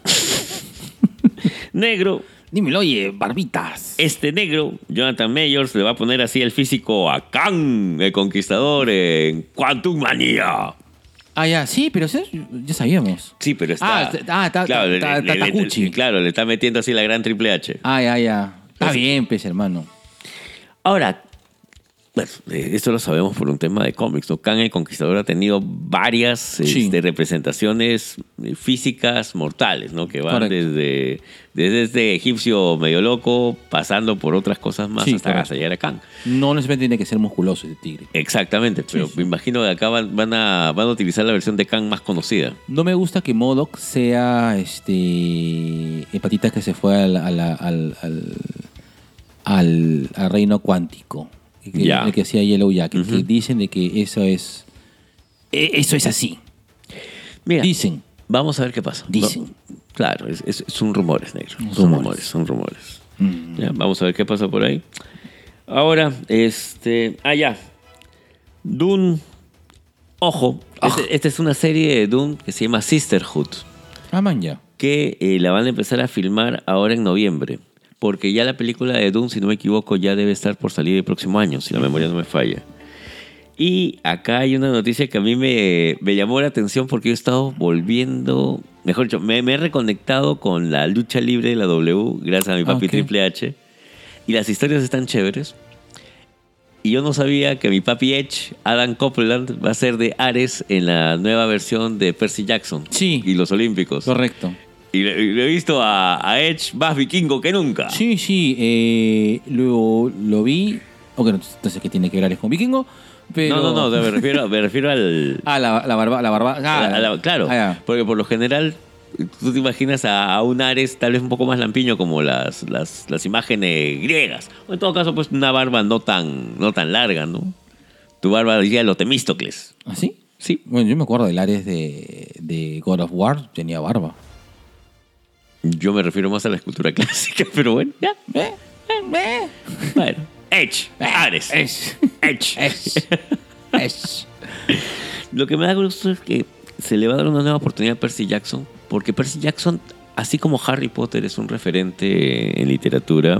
Negro.
Dímelo, oye, barbitas.
Este negro, Jonathan Majors, le va a poner así el físico a Kang, el conquistador, en Quantum Manía.
Ah, ya, sí, pero eso ya sabíamos.
Sí, pero está...
Ah, está- está-
claro, le-
está-
le-
está
le-
Takuchi.
claro, le está metiendo así la gran Triple H.
Ah, ya, ya. Está
Pues-
bien, pues, hermano.
Ahora, bueno, eh, esto lo sabemos por un tema de cómics, ¿no? Kang el Conquistador ha tenido varias
Sí.
este, representaciones eh, físicas mortales, ¿no? Que van
Correcto.
desde, desde este egipcio medio loco, pasando por otras cosas más
Sí,
hasta,
correcto.
hasta llegar a Kang.
No necesariamente tiene que ser musculoso ese tigre.
Exactamente, pero
sí.
me imagino que acá van, van a, van a utilizar la versión de Kang más conocida.
No me gusta que MODOK sea este. El patita que se fue al, al, al, al, al- al reino cuántico. El que,
Ya.
el que hacía Yellow Jacket.
Ujú.
Que dicen de que eso es. e- Eso es así.
Mira,
Dicen.
vamos a ver qué pasa.
Dicen.
No, claro, es, es- son rumores, negro.
Son
Son
rumores.
rumores, son rumores.
Mm.
Ya, vamos a ver qué pasa por ahí. Ahora, este. Ah, ya. Dune. Ojo. este- Esta es una serie de Dune que se llama Sisterhood.
Ah, man, ya.
Que eh, la van a empezar a filmar ahora en noviembre. Porque ya la película de Dune, si no me equivoco, ya debe estar por salir el próximo año, si la memoria no me falla. Y acá hay una noticia que a mí me, me llamó la atención porque yo he estado volviendo, mejor dicho, me, me he reconectado con la lucha libre de la W gracias a mi papi
Ok.
Triple H. Y las historias están chéveres. Y yo no sabía que mi papi Edge, Adam Copeland, va a ser de Ares en la nueva versión de Percy Jackson.
Sí.
Y los Olímpicos.
Correcto.
Y le, y le he visto a, a Edge más vikingo que nunca.
Sí, sí. Eh, lo, lo vi. Ok, no, entonces, ¿qué tiene que ver Ares con Vikingo? Pero...
No, no, no, me refiero, me refiero al...
Ah, la, la barba. La barba ah,
a la- claro,
ah, ya.
porque por lo general tú te imaginas a, a un Ares tal vez un poco más lampiño como las, las, las imágenes griegas. O en todo caso, pues una barba no tan, no tan larga, ¿no? Tu barba decía los Temístocles.
¿Ah, sí?
Sí.
Bueno, yo me acuerdo del Ares de, de God of War. Tenía barba.
Yo me refiero más a la escultura clásica, pero bueno, ya.
¿Eh? ¿Eh?
Bueno. Edge, Ares.
Es.
Edge.
Es. Es.
Lo que me da gusto es que se le va a dar una nueva oportunidad a Percy Jackson, porque Percy Jackson, así como Harry Potter es un referente en literatura,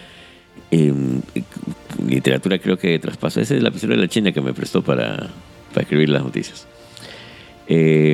en literatura creo que traspasó. Esa es la piscina de la China que me prestó para, para escribir las noticias. Eh,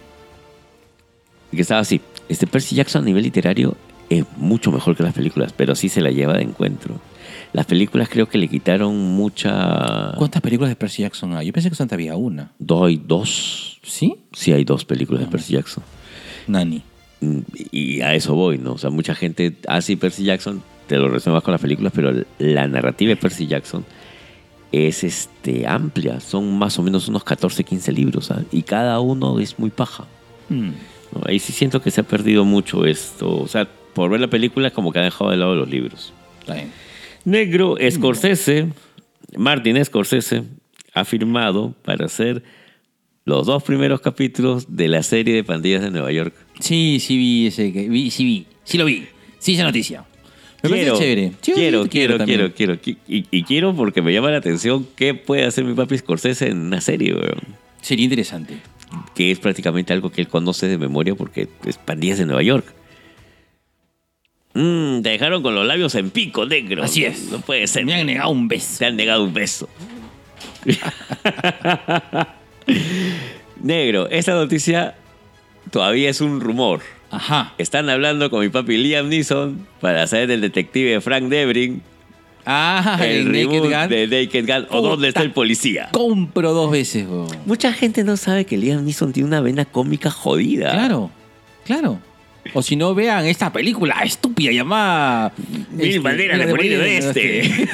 que estaba así. Este Percy Jackson a nivel literario es mucho mejor que las películas, pero sí se la lleva de encuentro. Las películas creo que le quitaron mucha...
¿Cuántas películas de Percy Jackson hay? Yo pensé que solamente había una.
Do- hay dos.
¿Sí?
Sí, hay dos películas de Percy Jackson.
Nani.
Y a eso voy, ¿no? O sea, mucha gente, ah, sí, Percy Jackson, te lo relacionas con las películas, pero la narrativa de Percy Jackson es este, amplia. Son más o menos unos catorce, quince libros, ¿sabes? Y cada uno es muy paja.
Mm.
¿No? Ahí sí siento que se ha perdido mucho esto. O sea, por ver la película como que ha dejado de lado los libros.
Está bien.
Negro, Scorsese, Martin Scorsese, ha firmado para hacer los dos primeros capítulos de la serie de Pandillas de Nueva York.
Sí, sí vi ese. que- Vi, sí vi. Sí lo vi. Sí, esa noticia. Me
quiero,
parece chévere. Sí,
quiero,
te
quiero,
también.
quiero, quiero, y, y quiero porque me llama la atención qué puede hacer mi papi Scorsese en una serie, weón.
Sería interesante.
Que es prácticamente algo que él conoce de memoria porque es Pandillas de Nueva York. Mm, te dejaron con los labios en pico, negro.
Así es.
No puede ser.
Me han negado un beso.
Te han negado un beso. Negro, esta noticia todavía es un rumor.
Ajá.
Están hablando con mi papi Liam Neeson para hacer el detective Frank Debrin,
Ah,
el,
el Naked
reboot
Gun.
de Naked Gun, o
Puta.
dónde está el policía.
Compro dos veces, weón.
Mucha gente no sabe que Liam Neeson tiene una vena cómica jodida.
Claro, claro. O si no, vean esta película estúpida llamada...
Mil
este,
maneras de morir de este.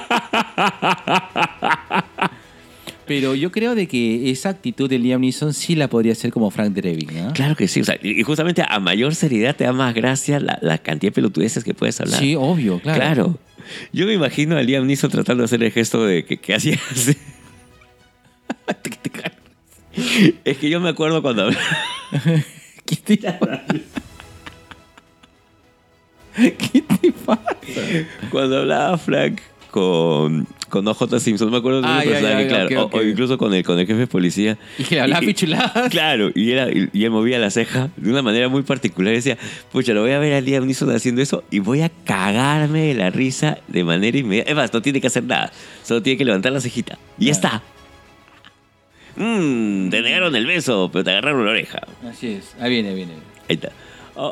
Pero yo creo de que esa actitud de Liam Neeson sí la podría hacer como Frank Drebin, ¿no?
Claro que sí. O sea, y justamente a mayor seriedad te da más gracia la, la cantidad de pelotudeces que puedes hablar.
Sí, obvio, claro.
Claro. Yo me imagino a Liam Neeson tratando de hacer el gesto de que, que hacía así. Es que yo me acuerdo cuando hablaba.
¿Qué te pasa? ¿Qué te pasa?
Cuando hablaba Frank con, con O J Simpson, me acuerdo de
Ah,
un
ya,
personaje,
ya,
claro.
ok,
o-
ok.
O, incluso con el, con el jefe de policía.
Y que le hablaba
Y-
pichuladas.
Claro, y, era, y, y él movía la ceja de una manera muy particular. Y decía, pucha, lo voy a ver a Liam Neeson haciendo eso y voy a cagarme de la risa de manera inmediata. Es más, no tiene que hacer nada. Solo tiene que levantar la cejita. Y ya está. Mmm, te negaron el beso, pero te agarraron la oreja.
Así es. Ahí viene, ahí viene.
Ahí está. Oh,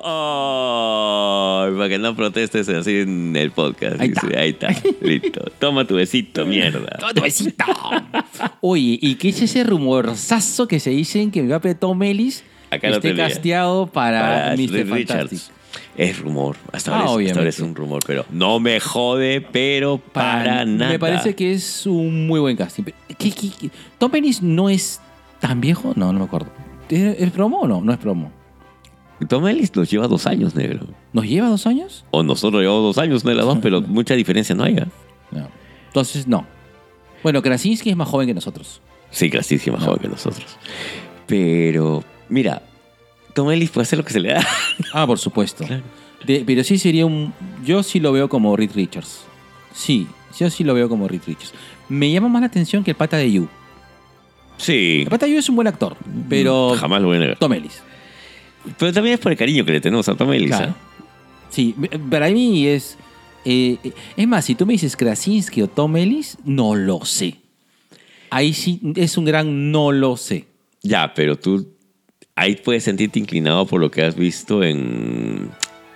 oh, para que no protestes así en el podcast.
Ahí
Dice,
está.
ahí está. Listo. Toma tu besito, mierda.
¡Toma tu besito! Oye, ¿y qué es ese rumorzazo que se dicen que mi papi Tom Ellis
Acá lo
esté
tenía.
casteado para,
Para
mister
Reed
Fantastic?
Richards. Es rumor. Hasta
Ah,
ahora, es, hasta
obviamente.
ahora es un rumor, pero no me jode, pero para, nada.
Me parece que es un muy buen casting. ¿Qué, qué, qué? ¿Tom Ellis no es tan viejo? No, no me acuerdo. ¿Es, es promo o no? No es promo.
Tom Ellis nos lleva dos años, negro.
¿Nos lleva dos años?
O nosotros llevamos dos años, no de las dos, pero mucha diferencia no hay. ¿eh?
No. Entonces, no. Bueno, Krasinski es más joven que nosotros.
Sí, Krasinski es más
No.
joven que nosotros. Pero, mira, Tom Ellis puede hacer lo que se le da.
Ah, por supuesto.
Claro.
De- pero sí sería un... Yo sí lo veo como Reed Richards. Sí, yo sí lo veo como Reed Richards. Me llama más la atención que el pata de You.
Sí.
El pata de You es un buen actor, pero...
Jamás lo voy a negar.
Tom Ellis.
Pero también es por el cariño que le tenemos a Tom Ellis.
Claro.
¿eh?
Sí, para mí es... eh, es más, si tú me dices Krasinski o Tom Ellis, no lo sé. Ahí sí es un gran no lo sé.
Ya, pero tú ahí puedes sentirte inclinado por lo que has visto en,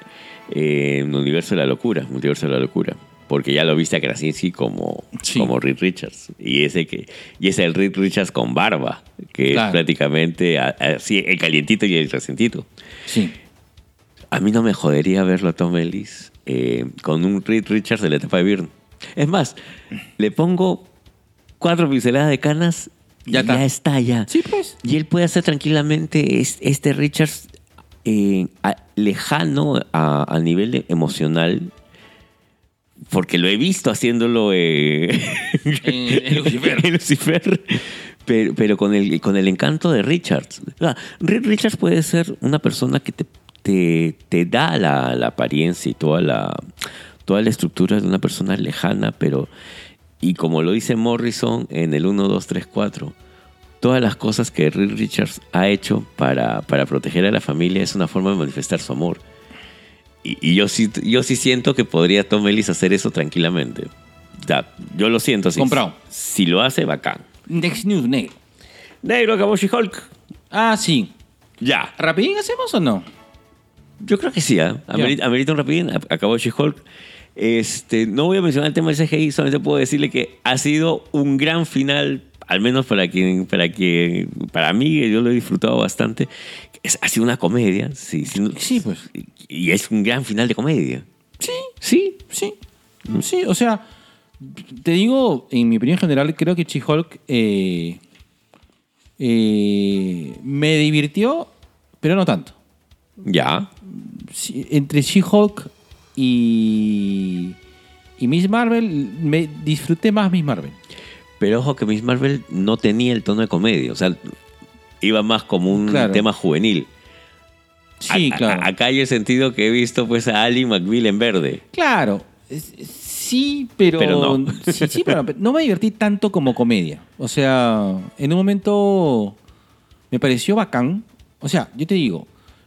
en Universo de la Locura, Multiverso de la Locura. Porque ya lo viste a Krasinski como,
Sí.
como Reed Richards. Y ese que y es el Reed Richards con barba, que
Claro.
es prácticamente a- así, el calientito y el resentido.
Sí.
A mí no me jodería verlo a Tom Ellis eh, con un Reed Richards de la etapa de Byrne. Es más, le pongo cuatro pinceladas de canas y
Ya
ya
está.
está, ya.
Sí, pues.
Y él puede hacer tranquilamente es- este Richards eh, a- lejano a, a nivel de- emocional, porque lo he visto haciéndolo eh,
En- en Lucifer.
en Lucifer, pero, pero con, el, con el encanto de Richards. Ah, Reed Richards puede ser una persona que te, te, te da la, la apariencia y toda la, toda la estructura de una persona lejana, pero, y como lo dice Morrison en el uno, dos, tres, cuatro, todas las cosas que Reed Richards ha hecho para, para proteger a la familia es una forma de manifestar su amor. Y, y yo, sí, yo sí siento que podría Tom Ellis hacer eso tranquilamente. O sea, yo lo siento así.
Comprado.
Si lo hace, bacán.
Next News, negro.
Negro, acabó She-Hulk.
Ah, sí.
Ya.
¿Rapidín hacemos o no?
Yo creo que sí, ¿eh? Amerita, amerita un rapidín. Acabó She-Hulk. Este, no voy a mencionar el tema del C G I, solamente puedo decirle que ha sido un gran final, al menos para quien, para quien, para mí, yo lo he disfrutado bastante, es, ha sido una comedia, sí, sí,
Sí, pues.
y, y es un gran final de comedia.
Sí,
Sí,
sí. Sí, o sea, te digo, en mi opinión general, creo que She-Hulk eh, eh, me divirtió, pero no tanto.
ya.
Sí, entre She-Hulk y, y Miss Marvel, me disfruté más Miss Marvel.
Pero ojo que Miss Marvel no tenía el tono de comedia, o sea, iba más como un
Claro.
tema juvenil.
Sí,
A- a-
claro.
acá hay el sentido que he visto pues a Ali McBeal en verde.
Claro, es- sí, pero,
Pero no.
sí, sí, pero no me divertí tanto como comedia. O sea, en un momento me pareció bacán. O sea, yo te digo,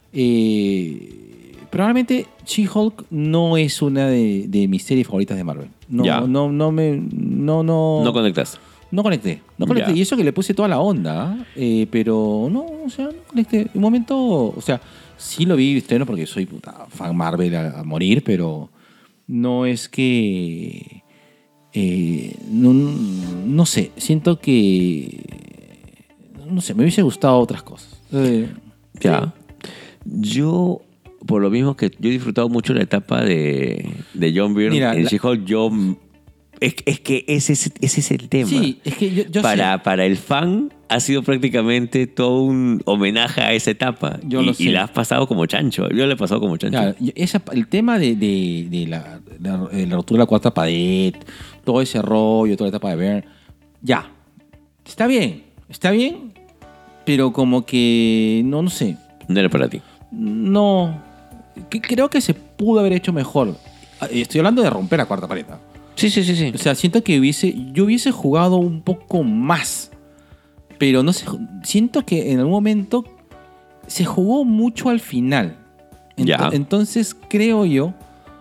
eh, probablemente She-Hulk no es una de, de mis series favoritas de Marvel. No,
Ya.
no, no me, no, no,
No conectas.
no conecté, no conecté.
Ya.
Y eso que le puse toda la onda, ¿ah? eh, pero no, o sea, no conecté. En un momento, o sea, sí lo vi estreno porque soy puta fan Marvel a, a morir, pero no es que. eh, no, no sé, siento que. No sé, me hubiese gustado otras cosas. Eh,
Ya. Yo, por lo mismo que yo he disfrutado mucho la etapa de, de John Byrne
Mira,
en
la-
She-Hulk, yo... Es, es que ese, es- ese es el tema.
Sí, es que yo, yo
para,
sé.
para el fan ha sido prácticamente todo un homenaje a esa etapa.
Yo
y,
lo
y
sé.
la has pasado como chancho. Yo le he pasado como chancho.
Claro, yo- esa- el tema de, de- de la, la- de la rotura de la cuarta pared, todo ese rollo, toda la etapa de Byrne, ya, está bien, está bien, pero como que, no, no sé,
No era para ti.
no, que- creo que se pudo haber hecho mejor. Estoy hablando de romper la cuarta pared, ¿no?
Sí, sí, sí, sí.
O sea, siento que hubiese, yo hubiese jugado un poco más, pero no sé, siento que en algún momento se jugó mucho al final. Ento-
Ya.
Entonces creo yo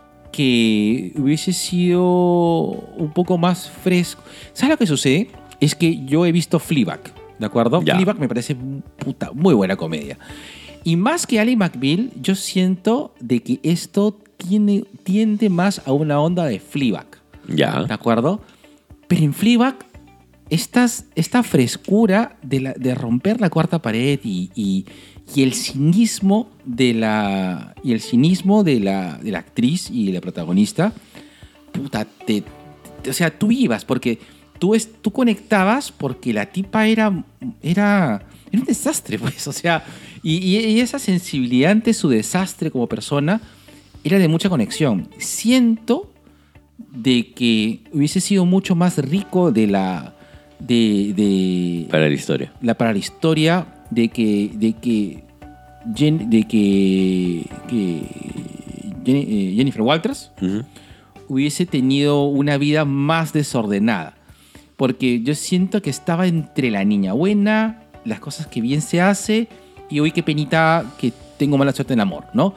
que hubiese sido un poco más fresco. ¿Sabes lo que sucede? Es que yo he visto Fleabag, ¿de acuerdo?
Ya.
Fleabag me parece puta, muy buena comedia. Y más que Ali McBeal, yo siento de que esto tiene, tiende más a una onda de Fleabag.
Ya.
¿De acuerdo? Pero en Fleabag, estas, esta frescura de, la, de romper la cuarta pared y, y, y el cinismo de la y el cinismo de la, de la actriz y de la protagonista, puta, te, te- o sea, tú ibas porque tú, es, tú conectabas porque la tipa era, era, era un desastre, pues, o sea, y, y- y esa sensibilidad ante su desastre como persona era de mucha conexión. Siento de que hubiese sido mucho más rico de la de, de
Para la historia.
la para la historia de que de que Jen- de que, que Jen- eh, Jennifer Walters
Ujú.
hubiese tenido una vida más desordenada, porque yo siento que estaba entre la niña buena, las cosas que bien se hace y hoy qué penita que tengo mala suerte en el amor, ¿no?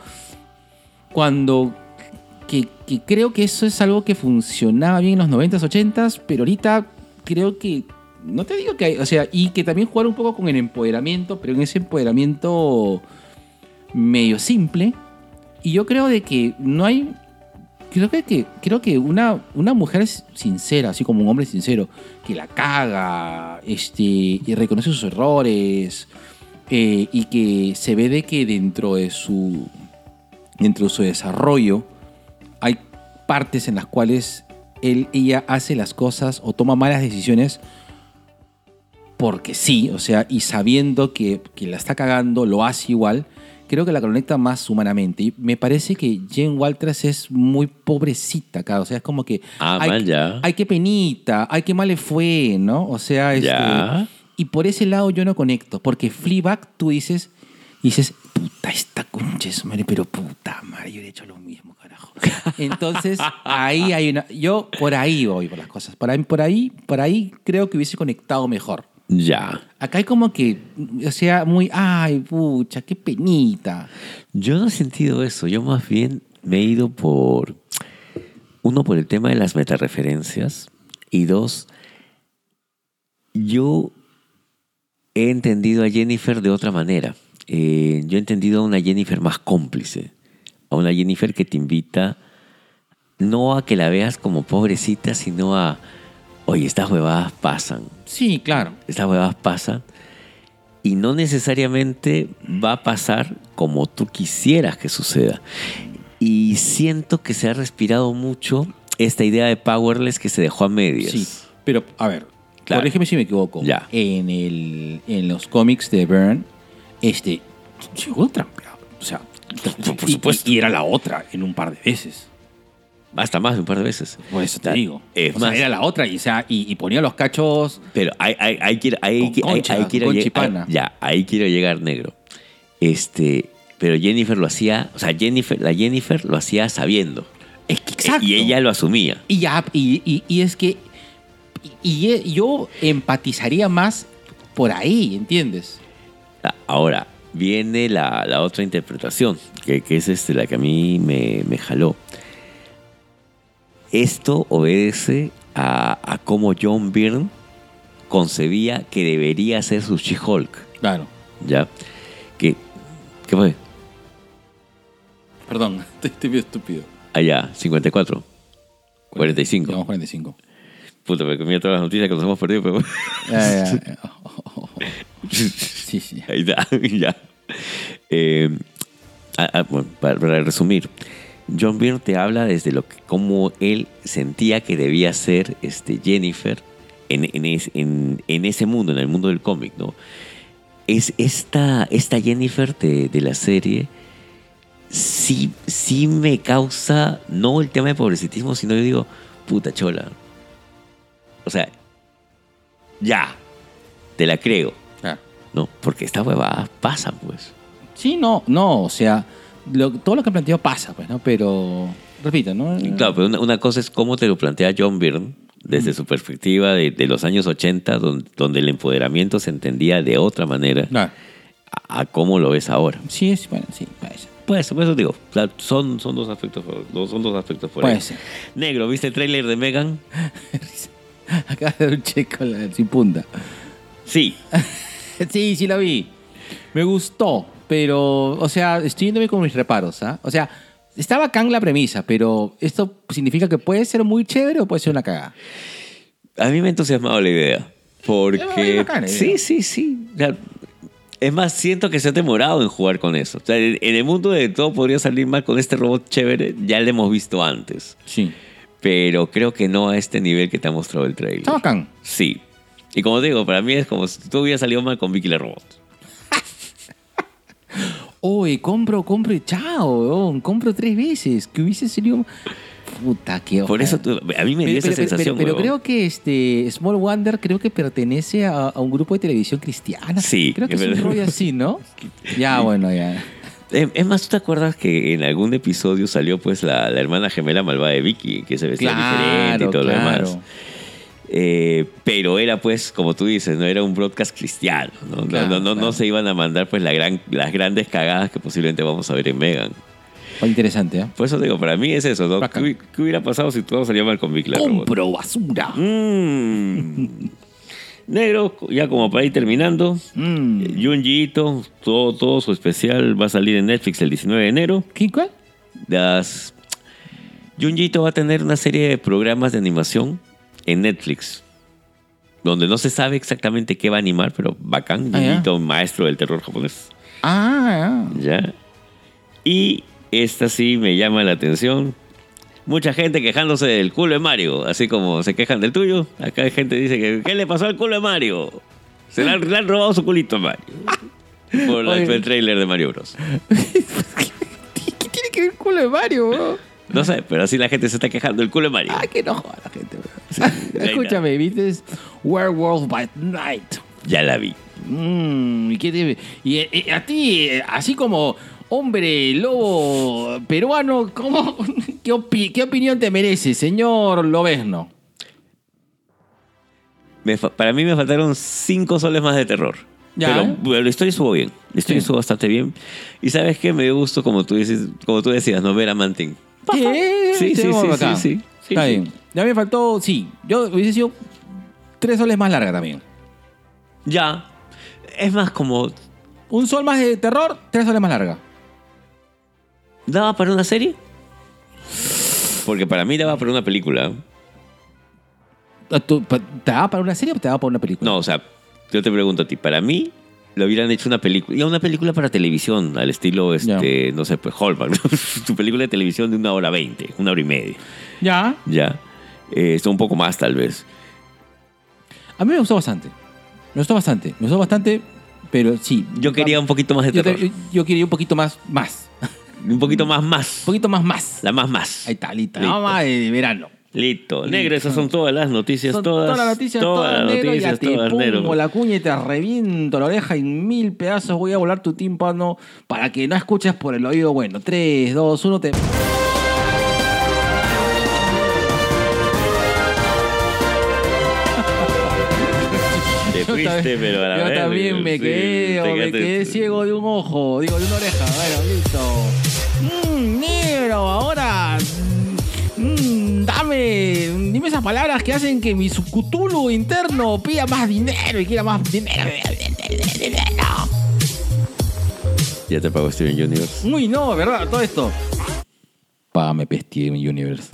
Cuando que, que creo que eso es algo que funcionaba bien en los noventas, ochentas, pero ahorita creo que, no te digo que hay, o sea, y que también jugar un poco con el empoderamiento, pero en ese empoderamiento medio simple. Y yo creo de que no hay, creo que, que- creo que una, una mujer es sincera, así como un hombre sincero, que la caga, este, y reconoce sus errores, eh, y que se ve de que dentro de su, dentro de su desarrollo, hay partes en las cuales él, ella hace las cosas o toma malas decisiones porque sí, o sea, y sabiendo que, que la está cagando, lo hace igual, creo que la conecta más humanamente. Y me parece que Jen Walters es muy pobrecita acá, o sea, es como que...
Ah,
ay,
man, ya.
ay, qué penita, ay, qué mal le fue, ¿no? O sea, este,
Ya.
y por ese lado yo no conecto, porque Fleabag tú dices, dices, puta, esta concha es madre, pero puta madre, yo he hecho lo mismo, carajo. Entonces, ahí hay una, yo por ahí voy por las cosas, por ahí, por ahí, por ahí creo que hubiese conectado mejor.
Ya.
Acá hay como que, o sea, muy, ay, pucha, qué penita.
Yo no he sentido eso. Yo más bien me he ido por... Uno, por el tema de las metareferencias. Y dos, yo he entendido a Jennifer de otra manera. Eh, yo he entendido a una Jennifer más cómplice. A una Jennifer que te invita no a que la veas como pobrecita, sino a... Oye, estas huevadas pasan.
Sí, claro.
Estas huevadas pasan. y no necesariamente va a pasar como tú quisieras que suceda. Y siento que se ha respirado mucho esta idea de Powerless que se dejó a medias.
Sí, pero a ver,
Claro.
corrígeme si me equivoco.
Ya.
En, el, en los cómics de Byrne, este, llegó trampeado. O sea,
Por- por
y-
supuesto.
Y, y era la otra en un par de veces.
Hasta más de un par de veces.
Por eso te
Ta-
digo.
Es
o sea,
más,
era la otra y, o sea, y, y ponía los cachos.
pero ahí, ahí, ahí quiero, ahí,
Con
ahí-
concha,
ahí
con
quiero
concha y
llegar.
pana.
Ya, ahí quiero llegar, negro. Este, pero Jennifer lo hacía, o sea, Jennifer, la Jennifer lo hacía sabiendo.
Es que exacto.
Y ella lo asumía.
Y ya, y, y, y es que. Y, y yo empatizaría más por ahí, ¿entiendes?
Ahora, viene la, la otra interpretación, que, que es este, la que a mí me, me jaló. Esto obedece a, a cómo John Byrne concebía que debería ser su She-Hulk.
Claro.
¿Ya? Que, ¿Qué fue?
Perdón, estoy, estoy bien estúpido.
Allá, cincuenta y cuatro. cuarenta y cinco.
Llevamos cuarenta y cinco.
Puta, me comía todas las noticias que nos hemos perdido, pero...
Ya, ya, ya. Sí, sí.
Ahí está, ya. Eh, ah, ah, bueno, para, para resumir, John Byrne te habla desde lo que, cómo él sentía que debía ser este, Jennifer en, en, es- en- en ese mundo, en el mundo del cómic, ¿no? Es esta, esta Jennifer de, de la serie sí, sí me causa, no el tema de pobrecitismo, sino yo digo, puta chola. O sea, ya, te la creo.
Claro.
No, porque estas huevadas pasan, pues.
Sí, no, no, o sea, lo- todo lo que planteó pasa, pues, ¿no? Pero, repito, ¿no?
Y claro, pero una, una cosa es cómo te lo plantea John Byrne desde su perspectiva de, de los años ochenta, donde, donde el empoderamiento se entendía de otra manera,
Claro.
a, a cómo lo ves ahora.
Sí, es, bueno, sí, puede ser.
Pues, por eso digo, o sea, son, son dos aspectos, dos- son dos aspectos por
Puede
ahí.
ser.
Negro, ¿viste el tráiler de Megan?
Acaba de dar un check con la, sin punta.
Sí.
Sí, sí la vi. Me gustó, pero, o sea, estoy yéndome con mis reparos, ¿ah? O sea, está bacán la premisa, pero esto significa que puede ser muy chévere o puede ser una cagada.
A mí me ha entusiasmado la idea.
Es
Porque...
bacana la idea.
Sí, sí, sí. O sea, es más, siento que se ha demorado en jugar con eso. O sea, en en el mundo de todo podría salir mal con este robot chévere, ya lo hemos visto antes.
Sí.
Pero creo que no a este nivel que te ha mostrado el trailer.
Está bacán.
Sí. Y como digo, para mí es como si tú hubieras salido mal con Vicky la Robot.
Oye, compro, compro y chao, weón. Compro tres veces. Que hubiese salido... Puta, qué
Por eso tú- a mí me dio esa sensación,
Pero, pero
huevón.
creo que este Small Wonder creo que pertenece a, a un grupo de televisión cristiana.
Sí,
Creo que
es
es un
verdad.
rollo así, ¿no? Ya, bueno, ya.
Es es más, ¿tú te acuerdas que en algún episodio salió pues la, la hermana gemela malvada de Vicky, que se vestía diferente y todo lo demás? Eh, pero era pues, como tú dices, no era un broadcast cristiano, ¿no? No-
Claro,
no, no, no
claro.
se iban a mandar pues la gran, las grandes cagadas que posiblemente vamos a ver en Megan.
Oh, interesante, ¿eh?
Por eso digo, para mí es eso, ¿no? ¿Qué,
Bacán.
hubi- qué hubiera pasado si todo salía mal con Vicky la Robot?
Compro basura.
Mm. Negro, ya como para ir terminando,
Mm.
Junji Ito, todo, todo su especial va a salir en Netflix el diecinueve de enero.
¿Qué, cuál?
Las... Junji Ito va a tener una serie de programas de animación en Netflix, donde no se sabe exactamente qué va a animar, pero bacán.
Ah,
Junji
ya.
Ito, maestro del terror japonés.
Ah,
¿Ya? Y esta sí me llama la atención. Mucha gente quejándose del culo de Mario, así como se quejan del tuyo. Acá hay gente que dice que ¿qué le pasó al culo de Mario? Se le han, le han robado su culito a Mario. Por la-
Oye.
el trailer de Mario Bros.
¿qué tiene que ver con culo de Mario, bro?
No sé, pero así la gente se está quejando del culo de Mario.
Ah, que no joda la gente, bro.
ahí
Escúchame, ¿viste? Werewolf by Night.
Ya la vi.
Mm, ¿y qué te- y, eh, a ti, eh, así como hombre lobo peruano, ¿cómo, qué, opi- qué opinión te merece, señor Lobezno?
Me fa- para mí me faltaron cinco soles más de terror.
Ya,
Pero
¿eh?
bueno, la historia estuvo bien. La historia
Sí.
estuvo bastante bien. Y ¿sabes qué? Me dio gusto, como tú, dices, como tú decías, no ver a Manting.
Sí,
Sí, sí, sí,
muy
sí,
bacán.
sí, sí,
Está
sí.
bien. Ya me faltó, sí, yo hubiese sido tres soles más larga también.
Ya. Es más como...
Un sol más de terror, tres soles más larga.
¿Daba para una serie? Porque para mí daba para una película.
¿Tú- ¿Te daba para una serie o te daba para una película?
No, o sea, yo te pregunto a ti. Para mí, le hubieran hecho una película, ya una película para televisión, al estilo, este, no sé, pues Hallmark, ¿no? Su película de televisión de una hora veinte, una hora y media.
Ya.
Ya. Eh, esto un poco más, tal vez.
A mí me gustó bastante. Me gustó bastante. Me gustó bastante, pero sí.
Yo quería un poquito más de
yo,
terror.
te- yo quería un poquito más, más.
Un poquito más, más.
Un poquito más, más.
La más, más.
Ahí está, lista.
Listo.
Vamos de verano.
Listo. Negro, esas son todas las noticias,
Son
todas.
todas las noticias,
todas
todas
las
negro,
noticias,
ya te
todas
pongo
negro.
la cuña y te reviento la oreja en mil pedazos. Voy a volar tu tímpano para que no escuches por el oído bueno. tres, dos, uno, te...
Te
Yo
fuiste,
también-
pero a la
Yo
vez,
también me
sí,
quedé,
te
o me
quedaste-
quedé ciego de un ojo, digo, de una oreja. Bueno, listo. Mmm, negro, ahora. Mmm, dame. Dime esas palabras que hacen que mi subcutulu interno pida más dinero y quiera más dinero.
Ya te pagó Steven Universe.
Uy, no, ¿verdad? Todo esto. Págame, Steven Universe.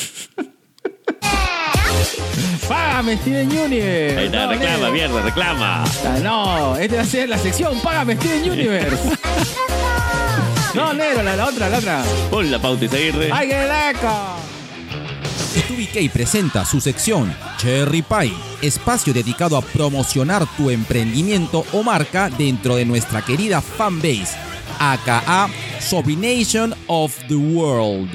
Págame, Steven Universe.
Ahí está,
No,
reclama,
negro.
mierda, reclama.
Ah, no, esta va a ser la sección Págame, Steven Universe. No, negro, la, la otra, la otra.
Pon la pauta y seguirle.
¡Ay, qué leco!
two B K presenta su sección Cherry Pie, espacio dedicado a promocionar tu emprendimiento o marca dentro de nuestra querida fanbase, aka Sobrination of the World.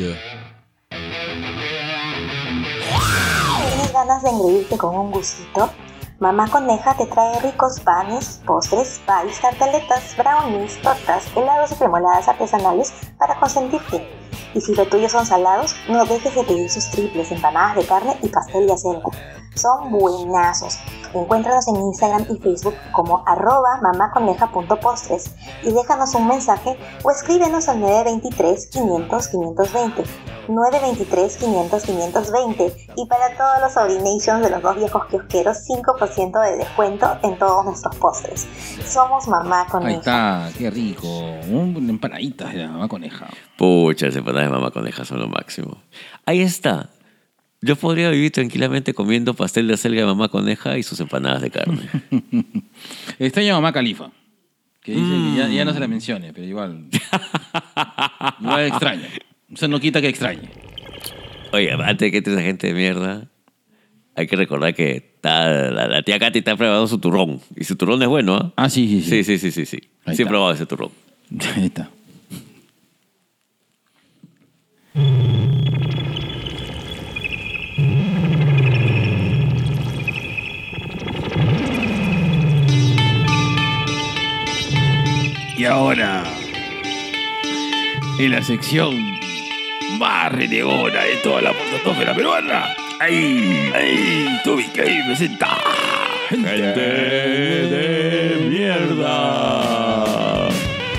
¿Tienes ganas de engreírte con un gustito? Mamá Coneja te trae ricos panes, postres, pies, tartaletas, brownies, tortas, helados y cremoladas artesanales para consentirte. Y si lo tuyo son salados, no dejes de pedir sus triples, empanadas de carne y pastel de acelga. Son buenazos. Encuéntranos en Instagram y Facebook como arroba mamaconeja.postres y déjanos un mensaje o escríbenos al nueve dos tres, quinientos, quinientos veinte. nueve dos tres, quinientos, quinientos veinte. Y para todos los Sobrinations de los dos viejos kiosqueros, cinco por ciento de descuento en todos nuestros postres. Somos Mamá Coneja.
Ahí está, qué rico. Un empanaditas de la mamá coneja.
Pucha, las empanadas de mamá coneja son lo máximo. Ahí está. Yo podría vivir tranquilamente comiendo pastel de acelga de mamá coneja y sus empanadas de carne.
Extraña a mamá Califa. Que dice que ya, ya no se la mencione, pero igual. Igual extraña. Eso no quita que extrañe.
Oye, antes de que entre esa gente de mierda, hay que recordar que está, la, la tía Katy está probando su turrón. Y su turrón es bueno, ¿ah?
Ah, sí, sí, sí.
Sí, sí, sí, sí, sí.
Ahí
Sí he
está.
probado ese turrón.
Ahí está. Y ahora, en la sección más renegona de toda la portatófera peruana, ahí, ahí, tú que ahí presenta.
¡Gente de mierda!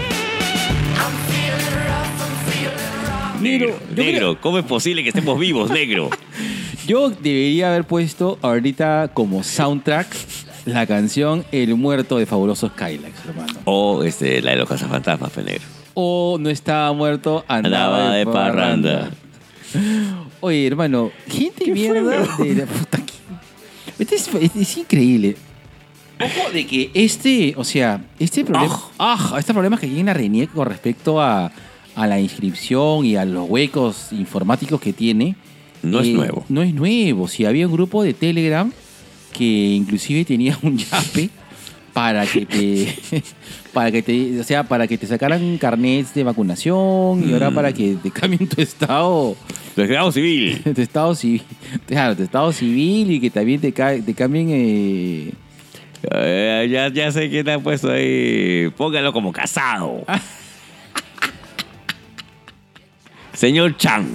Negro, yo
Negro, ¿cómo es posible que estemos vivos, negro?
Yo debería haber puesto ahorita como soundtrack la canción El Muerto de Fabulosos Skylax, hermano.
O este, la de los cazafantasmas, pe, negro.
O No Estaba Muerto, Andaba,
Andaba de parranda.
Oye, hermano, gente mierda de la puta. que- Este es, es- es increíble. Ojo de que este, o sea, este problema, ah, este problema que hay en la RENIEC con respecto a, a la inscripción y a los huecos informáticos que tiene.
No es
eh,
nuevo.
No es nuevo. Si había un grupo de Telegram que inclusive tenía un yape para que te para que te, o sea, para que te sacaran carnets de vacunación y ahora para que te cambien tu estado,
Lo estado civil.
tu estado civil, claro, tu estado civil y que también te, ca- te cambien eh,
Eh, ya, ya sé quién ha puesto ahí. Póngalo como casado. Señor Chan.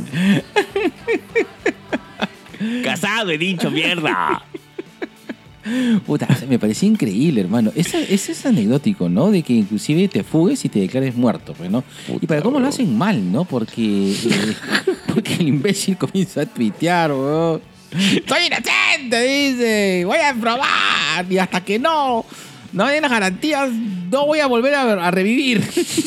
Casado, he dicho, mierda.
puta, o sea, me parecía increíble, hermano. Eso, eso es anecdótico, ¿no? De que inclusive te fugues y te declares muerto, pues, ¿no?
Puta,
y para cómo lo
bro.
hacen mal, ¿no? Porque, eh, porque el imbécil comienza a tuitear, weón. Soy inocente, dice. Voy a probar. Y hasta que no, no den las garantías, no voy a volver a, a revivir.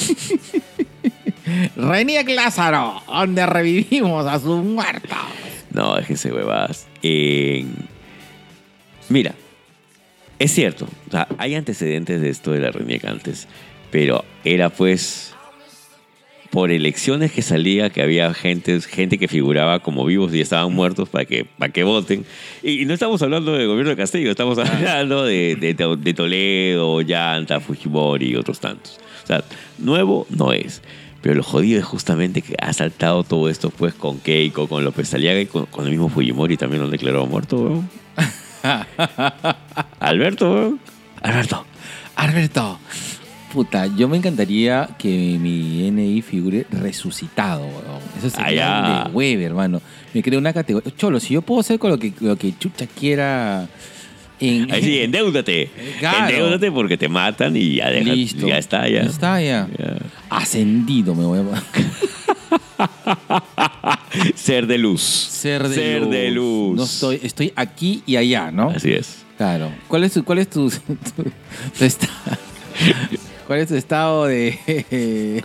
Reniec Lázaro, donde revivimos a sus muertos.
No, déjense huevas. En... Mira, Es cierto, o sea, hay antecedentes de esto de la Reniec antes, pero era pues por elecciones que salía que había gente, gente que figuraba como vivos y estaban muertos para que, para que voten. Y, y no estamos hablando del gobierno de Castillo, estamos hablando de, de, de Toledo, Llanta, Fujimori y otros tantos. O sea, nuevo no es. Pero lo jodido es justamente que ha saltado todo esto pues con Keiko, con López Aliaga y con, con el mismo Fujimori también lo han declarado muerto, weón. Alberto, weón. Alberto.
Alberto. Puta, yo me encantaría que mi N I figure resucitado, weón. Eso sería
Ah,
de hueve, hermano. Me creo una categoría. Cholo, si yo puedo hacer con lo que, lo que chucha quiera. En,
Ahí sí, endeúdate.
Claro.
Endeúdate porque te matan y ya deja,
Listo.
ya está, ya.
Ya está, ya.
Ya.
Ascendido me voy a.
Ser de luz.
Ser de
Ser
luz.
de luz.
No estoy, estoy aquí y allá, ¿no?
Así es.
Claro. ¿Cuál es tu, cuál es tu, tu, tu esta- cuál es tu estado de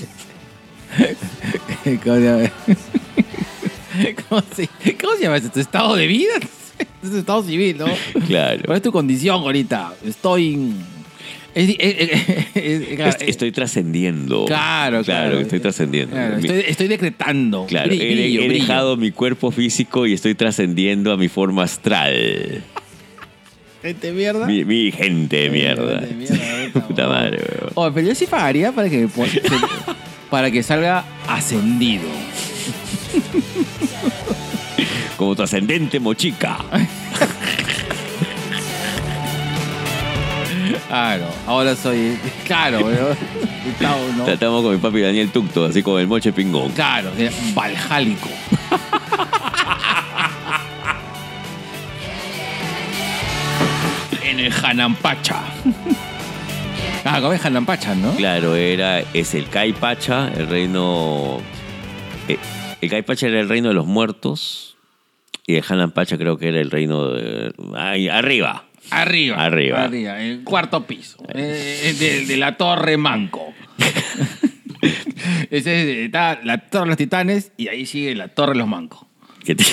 ¿Cómo se llama? ¿Cómo se, cómo se llama eso? ¿Tu estado de vida? Es tu estado civil, ¿no?
Claro.
¿Cuál es tu condición ahorita? Estoy es- es- es- es- claro,
Est- Estoy trascendiendo.
Claro, claro.
estoy trascendiendo.
Claro,
Mi-
estoy, estoy decretando.
Claro,
Brillo,
he,
brillo,
he
brillo.
dejado mi cuerpo físico y estoy trascendiendo a mi forma astral.
Gente mierda.
Mi, mi gente de mierda.
Gente mierda, puta
Puta madre, weón.
Oh, pero yo sí pagaría para que, me pon- se- para que salga ascendido.
Como tu ascendente mochica.
Claro, ahora soy. Claro, weón. Estado, ¿no?
Tratamos con mi papi Daniel Tucto, así como el moche pingón.
Claro, sería valjálico. En el Hanampacha. Ah, como es Hanampacha, ¿no?
Claro, era, es el Kai Pacha, el reino. eh, El Kai Pacha era el reino de los muertos. Y el Hanan Pacha creo que era el reino de. Ay, arriba.
Arriba.
Arriba.
Arriba, en el cuarto piso. Eh, de, de la Torre Manco. Ese es, está la Torre de los Titanes y ahí sigue la Torre de los Mancos.
¿Qué te...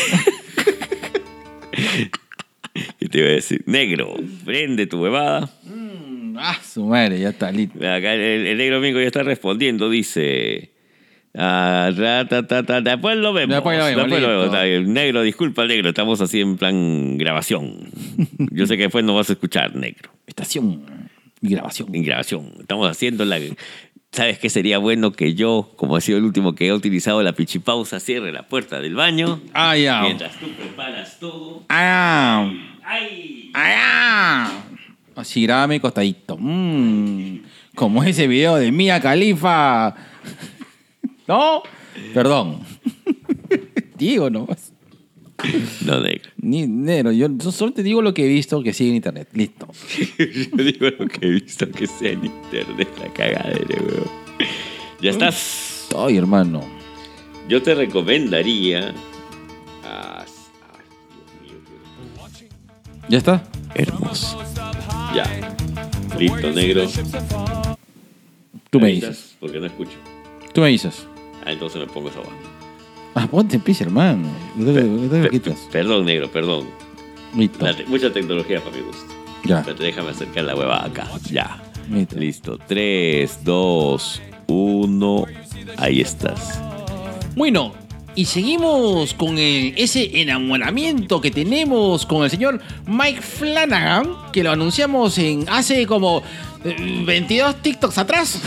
¿Qué te iba a decir? Negro, prende tu huevada.
Mm, ah, su madre, ya está listo.
Acá el, el negro mingo ya está respondiendo, dice. Ah, ra, ta, ta, ta, después lo vemos.
Después lo vemos,
Después lo
listo.
vemos. Está bien. Negro, disculpa, negro, estamos así en plan grabación. Yo sé que después no vas a escuchar, negro.
Estación y grabación.
En grabación. Estamos haciendo la. ¿Sabes qué sería bueno que yo, como he sido el último que he utilizado la pichipausa, cierre la puerta del baño?
Ah, ya.
Mientras tú preparas todo.
Ah,
¡Ay!
ah. Así grábame costadito. Mm, como ese video de Mia Khalifa. ¿No? Perdón. Digo nomás.
No, negro.
Ni, negro, yo solo te digo lo que he visto que sigue en internet. Listo.
Yo digo lo que he visto que sea en internet, la cagadera, weón. Ya estás.
Ay, hermano.
Yo te recomendaría. Ah, ay, Dios mío, qué
¿Ya está?
hermoso. Ya. Listo, negro.
Tú me
Ahí
dices.
estás, porque no escucho.
Tú me dices.
Ah, entonces me pongo esa abajo.
Ah, ponte en pis, hermano. No te, no te lo quitas.
Perdón, negro, perdón.
Listo.
La te- mucha tecnología para mi gusto.
Ya.
Pero déjame acercar la hueva acá. Ya.
Listo.
Listo. tres, dos, uno. Ahí estás.
Bueno, y seguimos con el- ese enamoramiento que tenemos con el señor Mike Flanagan, que lo anunciamos en hace como eh, veintidós TikToks atrás.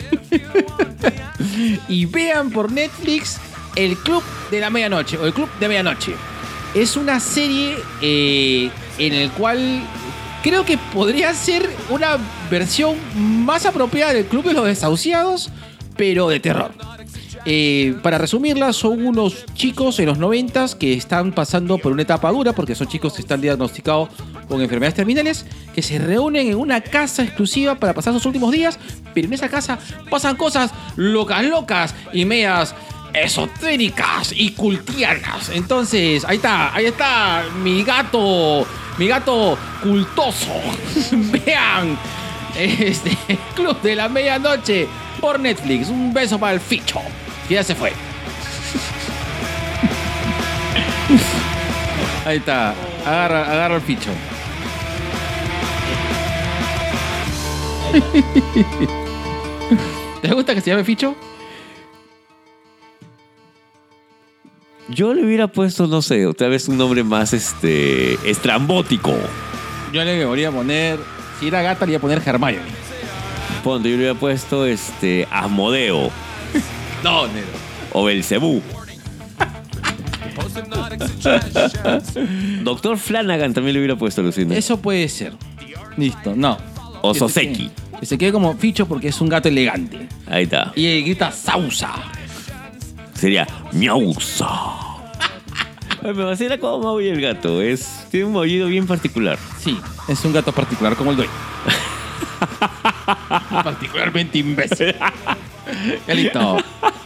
Y vean por Netflix El Club de la Medianoche, o El Club de Medianoche. Es una serie eh, en el cual creo que podría ser una versión más apropiada del Club de los Desahuciados, pero de terror. Eh, para resumirla, son unos chicos en los noventas que están pasando por una etapa dura, porque son chicos que están diagnosticados con enfermedades terminales, que se reúnen en una casa exclusiva para pasar sus últimos días, pero en esa casa pasan cosas locas, locas y medias esotéricas y cultianas. Entonces, ahí está, ahí está mi gato, mi gato cultoso. Vean este Club de la Medianoche por Netflix. Un beso para el Ficho, que ya se fue. Ahí está, agarra, agarra el Ficho. ¿Te gusta que se llame Ficho?
Yo le hubiera puesto, no sé, otra vez un nombre más este estrambótico.
Yo le voy a poner... Si era gata, le iba a poner Hermione.
Ponte, yo le hubiera puesto este Asmodeo
No, Nero.
o Belcebú. Doctor Flanagan también le hubiera puesto, Lucinda.
Eso puede ser. Listo, no.
O
Que se
Soseki.
quede- Que se quede como Ficho porque es un gato elegante.
Ahí está.
Y él grita Sausa.
Sería Miausa. Ay, me vacila cómo maulla el gato. Es, tiene un maullido bien particular.
Sí, es un gato particular como el dueño. Particularmente imbécil. Ya listo.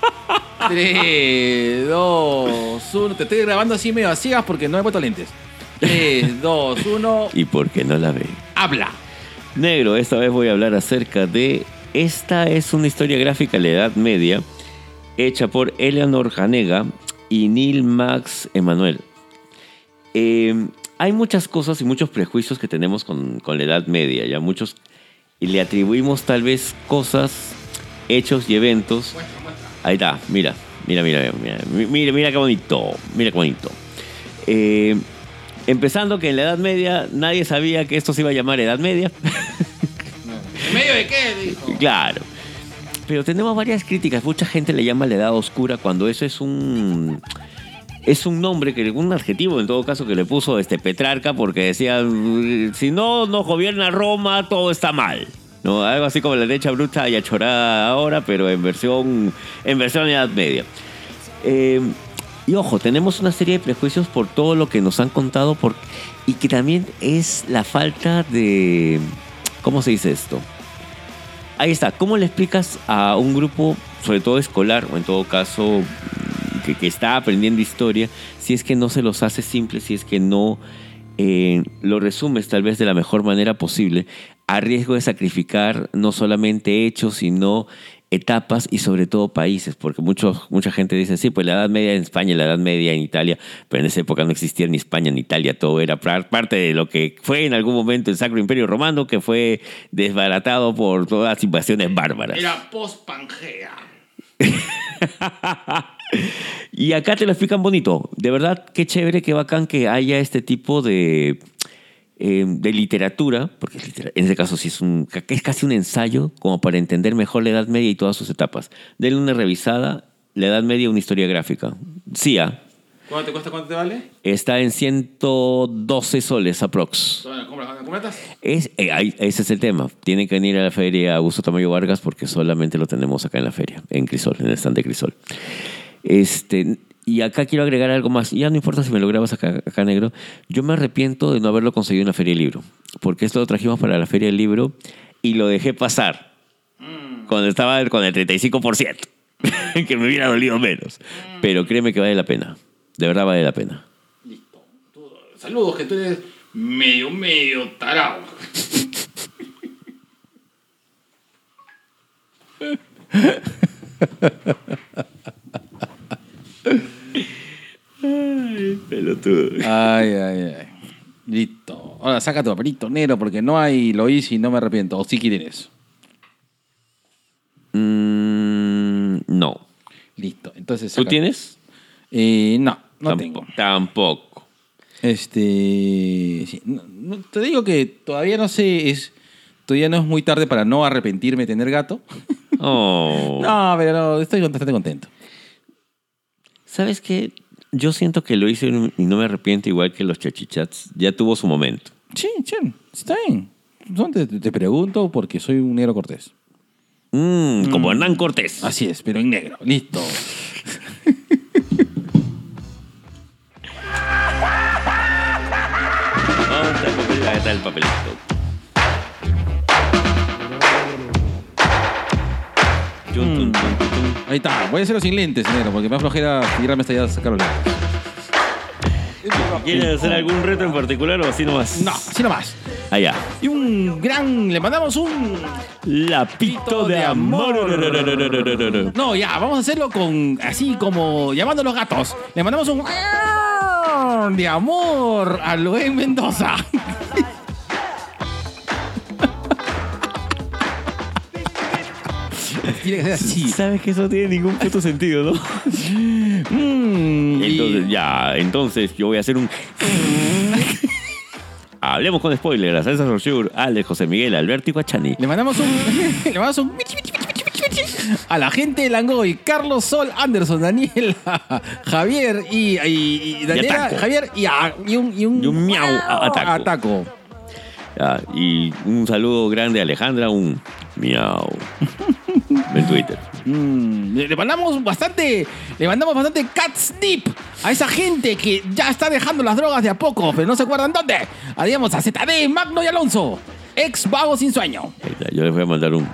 tres, dos, uno. Te estoy grabando así medio a ciegas porque no he puesto lentes. tres, dos, uno.
¿Y por qué no la ve?
Habla.
Negro, esta vez voy a hablar acerca de... Esta es una historia gráfica de la Edad Media hecha por Eleanor Hanega y Neil Max Emanuel. Eh, hay muchas cosas y muchos prejuicios que tenemos con, con la Edad Media. Ya muchos y le atribuimos tal vez cosas, hechos y eventos. Ahí está, mira, mira, mira, mira, mira, mira qué bonito, mira qué bonito. Eh, empezando que en la Edad Media nadie sabía que esto se iba a llamar Edad Media.
¿En medio de qué? Dijo.
Claro. Pero tenemos varias críticas. Mucha gente le llama la Edad Oscura cuando eso es un... Es un nombre, que un adjetivo en todo caso que le puso este Petrarca porque decía, si no nos gobierna Roma, todo está mal. ¿No? Algo así como la derecha bruta y achorada ahora, pero en versión, en versión Edad Media. Eh, y ojo, tenemos una serie de prejuicios por todo lo que nos han contado por, y que también es la falta de... ¿Cómo se dice esto? Ahí está. ¿Cómo le explicas a un grupo, sobre todo escolar, o en todo caso que, que está aprendiendo historia, si es que no se los hace simples, si es que no eh, lo resumes tal vez de la mejor manera posible, a riesgo de sacrificar no solamente hechos, sino etapas y sobre todo países? Porque muchos, mucha gente dice, sí, pues la Edad Media en España, la Edad Media en Italia, pero en esa época no existía ni España ni Italia, todo era parte de lo que fue en algún momento el Sacro Imperio Romano, que fue desbaratado por todas las invasiones bárbaras.
Era post-Pangea.
Y acá te lo explican bonito. De verdad, qué chévere, qué bacán que haya este tipo de... Eh, de literatura, porque en este caso sí es, un, es casi un ensayo como para entender mejor la Edad Media y todas sus etapas. Denle una revisada, la Edad Media, una historia gráfica. C I A.
¿Cuánto te cuesta? ¿Cuánto te vale?
Está en ciento doce soles aprox.
¿Completas?
Es, eh, ahí, ese es el tema. Tienen que venir a la feria Augusto Tamayo Vargas porque solamente lo tenemos acá en la feria, en Crisol, en el stand de Crisol. Este... Y acá quiero agregar algo más. Ya no importa si me lo grabas acá, acá negro. Yo me arrepiento de no haberlo conseguido en la Feria del Libro. Porque esto lo trajimos para la Feria del Libro y lo dejé pasar. Mm. Cuando estaba con el treinta y cinco por ciento. Que me hubiera dolido menos. Mm. Pero créeme que vale la pena. De verdad vale la pena.
Listo. Tú, saludos, que tú eres medio, medio tarao.
Ay, pelotudo.
Ay, ay, ay. Listo. Ahora saca tu papelito negro porque no hay, lo hice y no me arrepiento. O sí quieren eso.
Mm, no.
Listo. Entonces
¿Tú
saca.
tienes?
Eh, no, no
Tamp-
tengo.
Tampoco.
Este. Sí, no, no, te digo que todavía no sé. Es, todavía no es muy tarde para no arrepentirme de tener gato.
Oh.
No, pero no, estoy bastante contento.
¿Sabes qué? Yo siento que lo hice y no me arrepiento, igual que los chachichats. Ya tuvo su momento.
Sí, sí, está bien. No, Te, te pregunto porque soy un negro cortés.
Mm, como Hernán Cortés.
Así es, pero en negro. Listo.
¿Dónde está el papelito? Ahí está el papelito. Yun, tun, tun, tun, tun.
Ahí está. Voy a hacerlo sin lentes, negro, porque me da flojera tirarme hasta allá a sacar los lentes.
¿Quieres hacer algún reto en particular o así nomás?
No, así nomás.
Allá.
Y un gran... Le mandamos un...
Lapito de amor.
No, ya, vamos a hacerlo con... Así como llamando a los gatos. Le mandamos un... de amor a Loen Mendoza. Tiene que ser así.
Sabes que eso no tiene ningún puto sentido, ¿no?
Mm, y-
Entonces, ya, entonces yo voy a hacer un... Hablemos con spoilers. A César Rochur, Alex, José Miguel, Alberto y Guachani.
Le mandamos un. Le mandamos un. A la gente de Langoy, Carlos Sol, Anderson, Daniel, Javier y, y, y Daniela,
Ataco.
Javier y, a- y un, y un,
Y un miau a- ataco.
ataco.
Ya, y un saludo grande a Alejandra, un miau en Twitter.
Mm, le, le mandamos bastante, le mandamos bastante catnip a esa gente que ya está dejando las drogas de a poco, pero no se acuerdan dónde. Adiós a Z D, Magno y Alonso, ex vago sin sueño.
Ahí está, yo les voy a mandar un...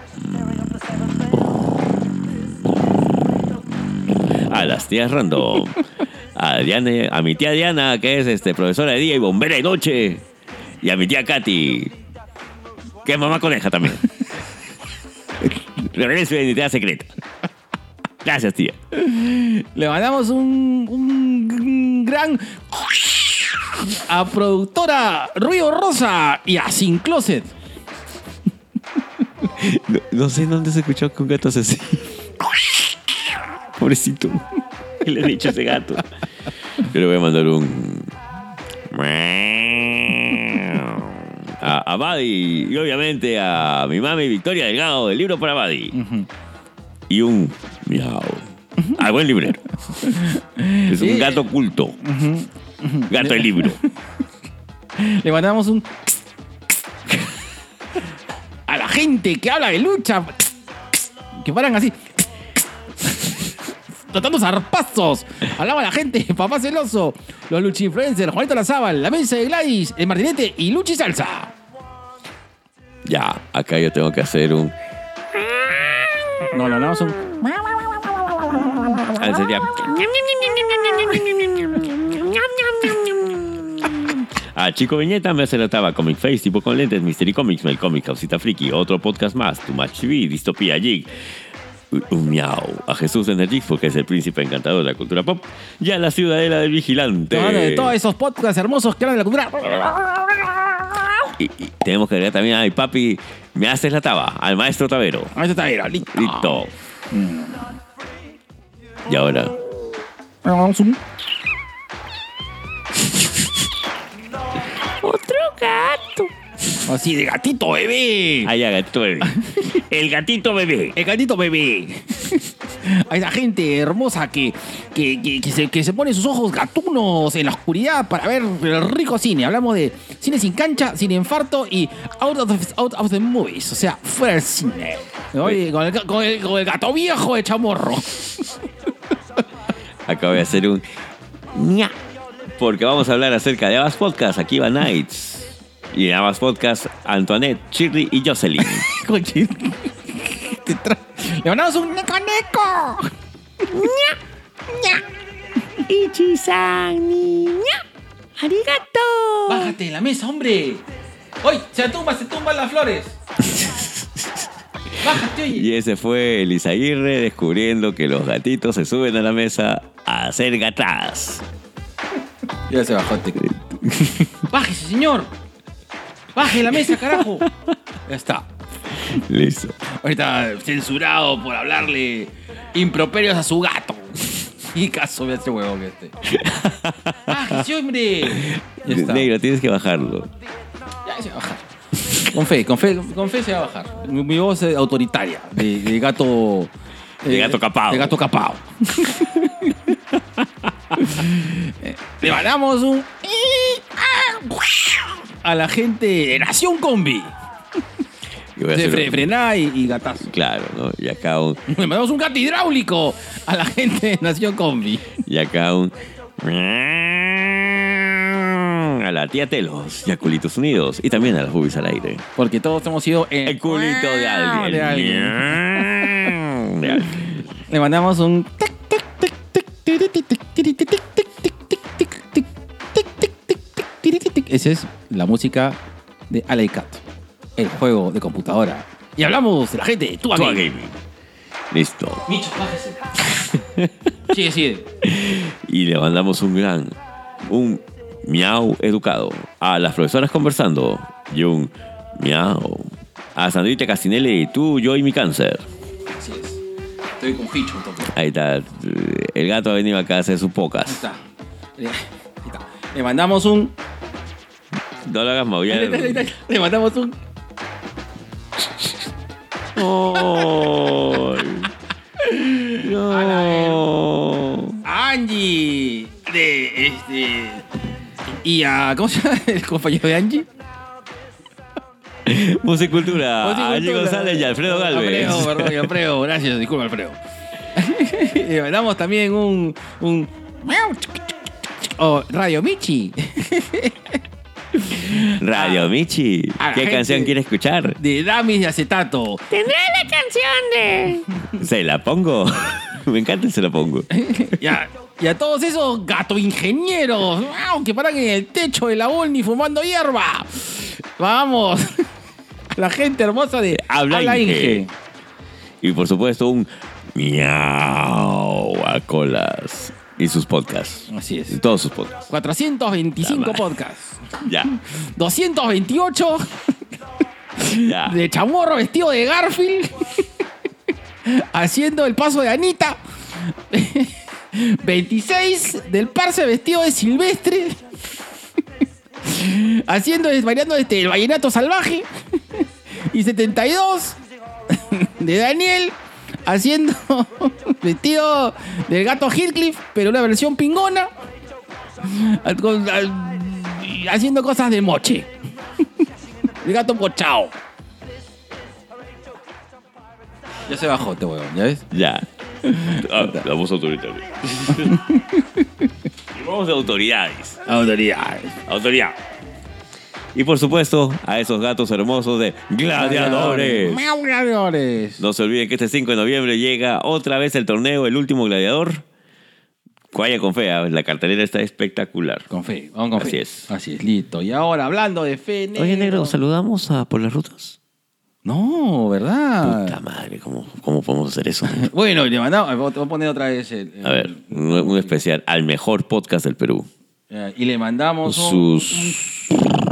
A las tías random. A, Diana, a mi tía Diana, que es este, profesora de día y bombera de noche. Y a mi tía Katy, que es mamá coneja también. Regreso de identidad secreta. Gracias, tía.
Le mandamos un, un gran a productora Ruido Rosa y a Sin Closet.
No, no sé dónde se escuchó con gatos así. Pobrecito. ¿Qué le he dicho a ese gato? Yo le voy a mandar un... A, a Buddy y obviamente a mi mami Victoria Delgado del libro para Buddy. Uh-huh. Y un miau. Al buen librero. Es un
Sí.
gato culto. Uh-huh. Gato de libro.
Le mandamos un a la gente que habla de lucha, que paran así tratando zarpazos. Hablaba la gente, Papá Celoso, los Luchi Influencers, Juanito Lazábal, la mesa de Gladys, el Martinete y Luchi Salsa.
Ya, acá yo tengo que hacer un...
No, no, no, son...
Ah, sería... A Chico Viñeta me hace la taba Comic Face, tipo con lentes, Mystery Comics, Mel Comics, Causita Friki, otro podcast más, Too Much T V, Distopía Jig, un miau, a Jesús Energix, porque es el príncipe encantador de la cultura pop, y a la ciudadela del vigilante.
No, de todos esos podcasts hermosos que hablan de la cultura.
Y, y tenemos que agregar también, ay papi, me haces la taba, al maestro Tavero.
Ahí está, bien, listo.
Listo. Y ahora...
Vamos un...
Otro gato.
Así de gatito bebé.
Ah, ya, gatito bebé. El gatito bebé.
El gatito bebé. A esa gente hermosa que, que, que, que, se, que se pone sus ojos gatunos en la oscuridad para ver el rico cine. Hablamos de cine sin cancha, sin infarto y out of, the, out of the movies. O sea, fuera del cine. Oye, con el, con, el, con el gato viejo de chamorro.
Acabo de hacer un... ña, porque vamos a hablar acerca de Abbas Podcast, aquí va Nights. Y en Abbas Podcast, Antoinette, Shirley y Jocelyn.
Coche. Te tra- Le mandamos un neco neco.
Ichi-san, niña. Arigato.
Bájate de la mesa, hombre. ¡Oy! Se tumba, se tumban las flores. Bájate, oye.
Y ese fue Elizaguirre descubriendo que los gatitos se suben a la mesa a hacer gatadas.
Ya se bajó, te creo. Bájese, señor. Baje de la mesa, carajo. Ya está.
Listo.
Ahorita censurado por hablarle improperios a su gato. Y caso me hace huevo que este. Bájese, hombre. Ya está.
Negro, tienes que bajarlo.
Ya se va a bajar. Con fe, con fe, con fe se va a bajar. Mi, mi voz es autoritaria, de, de gato...
De gato capao.
De gato capao. Le mandamos un... a la gente de Nación Combi.
Y voy a
De
hacer
fre,
un-
frená y, y gatazo.
Claro, ¿no? Y acá un...
Le mandamos un gato hidráulico a la gente de Nación Combi.
Y acá un... A la tía Telos y a Culitos Unidos. Y también a las boobies al aire.
Porque todos hemos sido el,
El culito de alguien.
De alguien.
De alguien.
Le mandamos un... Esa es la música de Aleicat, el juego de computadora. Y hablamos de la gente de Tua
Tua
Gaming.
Gaming. Listo.
Micho, bájese. Sigue, sigue.
Y le mandamos un gran, un miau educado a las profesoras conversando y un miau a Sandrita Castinelli, tú, yo y mi cáncer.
Así es. Estoy con Ficho un toque.
Ahí está. El gato ha venido acá a hacer sus
Ahí
pocas.
está. Ahí está. Le mandamos un...
No lo hagas maullar.
Le mandamos un...
Oh, no.
Angie. De este... Y a... ¿Cómo se llama el compañero de Angie?
Musicultura.
Musicultura.
Angie González y Alfredo Galvez.
Alfredo, perdón, y Alfredo. Gracias, disculpa, Alfredo. Le mandamos también un... un... O Radio Michi.
Radio Michi.
a la
¿Qué
gente-
canción quiere escuchar?
De Damis de Acetato.
Tendré la canción de...
Se la pongo. Me encanta el se la pongo.
Y a, y a todos esos gato ingenieros ¡wow! Que paran en el techo de la uni fumando hierba. Vamos. La gente hermosa de
Habla Inge.
Inge.
Y por supuesto un miau a colas. Y sus podcasts.
Así es.
Y todos sus podcasts.
cuatrocientos veinticinco
La madre.
podcasts.
Ya.
doscientos veintiocho
Ya.
de Chamorro vestido de Garfield. Haciendo el paso de Anita. veintiséis del Parce vestido de Silvestre. Haciendo, bailando este, el vallenato salvaje. Y setenta y dos de Daniel. Haciendo vestido del gato Heathcliff, pero una versión pingona. Al- con- al- Haciendo cosas de moche. El gato pochao. Ya se bajó este huevón, ¿ya ves?
Ya. Ah, la voz autoritaria. Y vamos de autoridades.
Autoridades.
Autoridad. Y por supuesto, a esos gatos hermosos de gladiadores.
Miau, gladiadores.
No se olviden que este cinco de noviembre llega otra vez el torneo El Último Gladiador. Vaya con fe, ¿eh? La cartelera está espectacular.
Con fe, vamos con fe.
Así es.
Así es, listo. Y ahora, hablando de fe, negro.
Oye, negro, ¿saludamos a Por las Rutas?
No, ¿verdad?
Puta madre, ¿cómo, cómo podemos hacer eso?
Bueno, y le mandamos. Voy a poner otra vez el. el-
A ver, un, un especial al mejor podcast del Perú.
Eh, Y le mandamos. un-
Sus...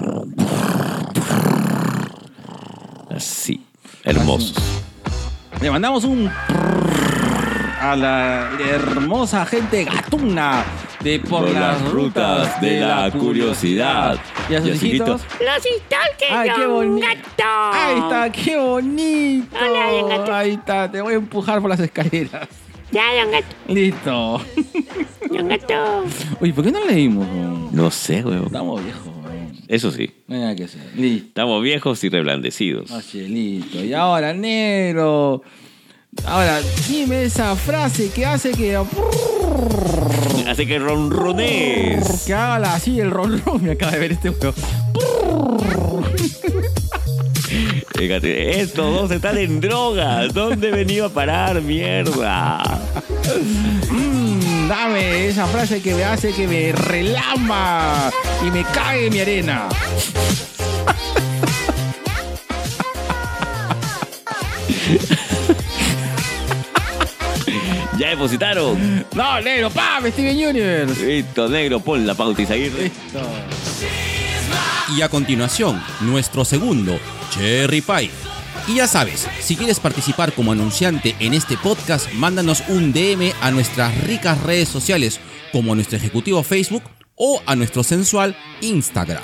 Así, hermosos.
Le mandamos un. A la hermosa gente gatuna de Por, las rutas de la curiosidad. Y a sus
Y a sus
hijitos.
Los stalkers,
Ay, qué
don
bonito.
gato.
Ahí está, qué bonito.
Hola, don gato.
Ahí está, te voy a empujar por las escaleras.
Ya, don gato.
Listo.
Don gato.
Oye, ¿por qué no leímos?
No sé, weón.
Estamos viejos. weón.
Eso sí,
No hay nada que hacer. Listo.
estamos viejos y reblandecidos.
Así es, listo. Y ahora, negro. Ahora, dime esa frase que hace que.
Así que ronrones.
Que haga la- así el ron ron. Me acaba de ver este huevo.
Fíjate, estos dos están en drogas. ¿Dónde he venido a parar, mierda?
Mm, dame esa frase que me hace que me relama y me cae en mi arena.
Ya depositaron.
No, negro, ¡pam! Steven Universe.
Listo, negro, pon la pauta y seguir.
Listo.
Y a continuación, nuestro segundo, Cherry Pie. Y ya sabes, si quieres participar como anunciante en este podcast, mándanos un D M a nuestras ricas redes sociales, como a nuestro ejecutivo Facebook o a nuestro sensual Instagram.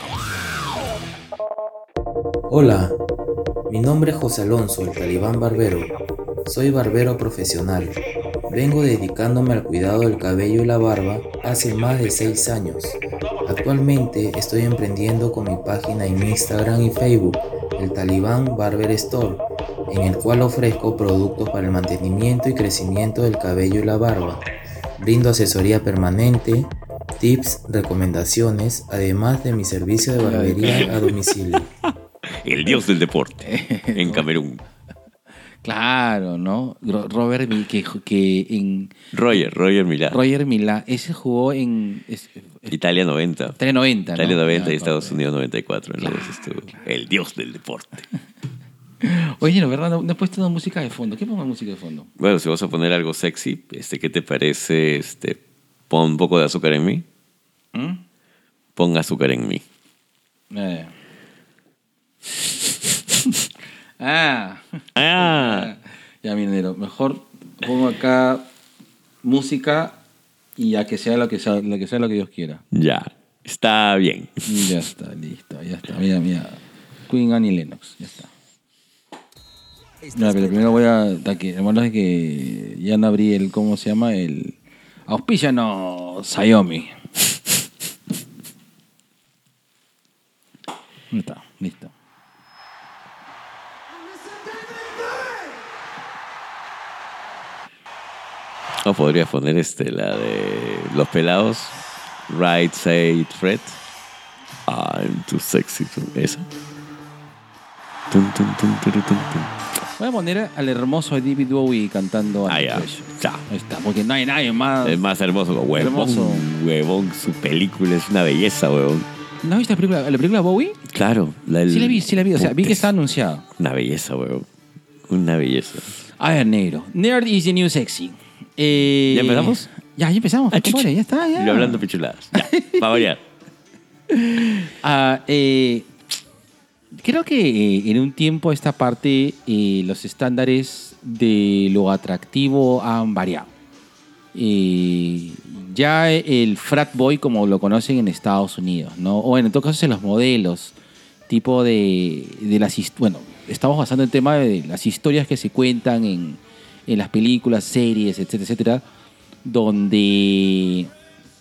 Hola, mi nombre es José Alonso, el Talibán Barbero. Soy barbero profesional. Vengo dedicándome al cuidado del cabello y la barba hace más de seis años. Actualmente estoy emprendiendo con mi página en Instagram y Facebook, el Talibán Barber Store, en el cual ofrezco productos para el mantenimiento y crecimiento del cabello y la barba. Brindo asesoría permanente, tips, recomendaciones, además de mi servicio de barbería a domicilio.
El dios del deporte en Camerún.
Claro, ¿no? Ro- Robert Mil, que, que en.
Roger, Roger Milá.
Roger Milá, ese jugó en. Es,
Italia noventa.
Italia noventa, ¿no?
Italia noventa y
Ah,
Estados
claro.
Unidos noventa y cuatro. Entonces estuvo el dios del deporte.
Oye, la verdad, no, no he puesto una música de fondo. ¿Qué pongo de música de fondo?
Bueno, si vas a poner algo sexy, este, ¿qué te parece? Este, pon un poco de azúcar en mí.
¿Mm?
Pon azúcar en mí.
Eh. ah.
Ah,
Ya, mi negro, mejor pongo acá música y a que sea lo que sea lo que, sea lo que Dios quiera.
Ya, está bien.
Y ya está, listo, ya está. Mira, mira. Queen Annie Lennox, ya está. No, pero primero voy a... Aquí, hermano, es que ya no abrí el... ¿Cómo se llama? El... Auspícianos, Xiaomi. Ya está, listo.
O podrías poner este, la de los pelados. Right Side Fred. I'm too sexy. Esa. Tun, tun, tun, tun, tun, tun.
Voy a poner al hermoso David Bowie cantando
Ah,
Under
ya.
Pressure.
Ya.
Ahí está, porque no hay nadie más.
Es más hermoso que huevón.
Hermoso.
Huevón, su película es una belleza, huevón.
¿No viste la película, la película Bowie?
Claro. La, el-
Sí la vi, sí la vi. O sea, vi que
Puta,
está anunciada.
Una belleza, huevón. Una belleza.
A ver, negro. Nerd is the new sexy. Eh,
¿Ya empezamos?
Ya, ya empezamos.
Ah,
compadre,
chucha.
ya está, ya.
Y hablando pichuladas. Ya, para variar.
Ah, eh, creo que eh, en un tiempo a esta parte eh, los estándares de lo atractivo han variado. Eh, ya el frat boy, como lo conocen en Estados Unidos, ¿no? O bueno, en todo caso en los modelos, tipo de, de las... hist- Bueno, estamos basando el tema de las historias que se cuentan en, en las películas, series, etcétera, etcétera, donde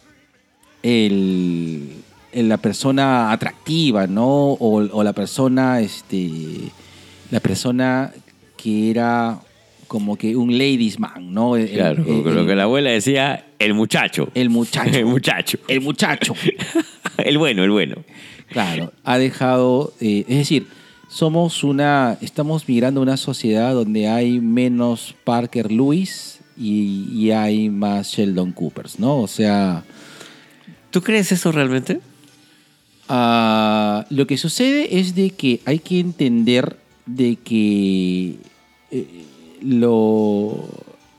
el, el- la persona atractiva, ¿no? O, o la persona, este, la persona que era como que un ladies man, ¿no? El-
Claro,
el-
lo
el-
que la abuela decía, el muchacho.
el muchacho.
El muchacho.
El muchacho.
El bueno, el bueno.
Claro, ha dejado, eh, es decir, somos una, estamos migrando a una sociedad donde hay menos Parker Lewis y, y hay más Sheldon Coopers, ¿no? O sea,
¿Tú crees eso realmente?
ah, lo que sucede es de que hay que entender de que eh, lo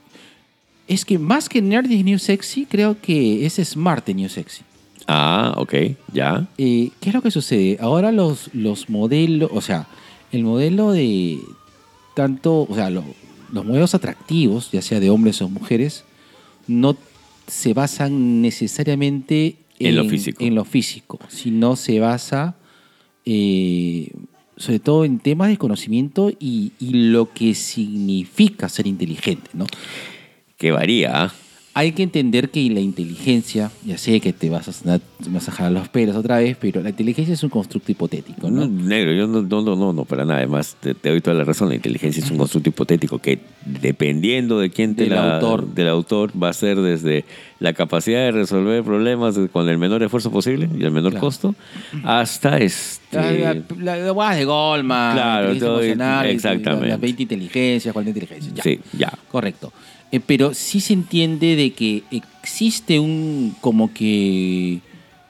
es que más que nerd y new sexy, creo que es smart y new sexy.
Ah, ok, ya.
Eh, ¿Qué es lo que sucede? Ahora los, los modelos, o sea, el modelo de tanto, o sea, lo- los modelos atractivos, ya sea de hombres o mujeres, no se basan necesariamente
En lo físico.
en lo físico, sino se basa eh, sobre todo en temas de conocimiento y, y lo que significa ser inteligente, ¿no?
Que varía. ¿ah?
Hay que entender que la inteligencia, ya sé que te vas a, sonar- te vas a jalar los pelos otra vez, pero la inteligencia es un constructo hipotético,
No,
¿no?
negro, yo no, no, no, no, no, para nada. Además, te, te doy toda la razón. La inteligencia es un constructo hipotético que, dependiendo de quién te
Del
la,
autor.
del autor, va a ser desde la capacidad de resolver problemas con el menor esfuerzo posible y el menor
Claro.
costo, hasta este.
La, la, la, la guada de Goldman,
Claro,
la inteligencia
todo-
emocional,
exactamente.
las veinte inteligencias, cuarenta inteligencias. Ya.
Sí, ya.
Correcto. Eh, pero sí se entiende de que existe un como que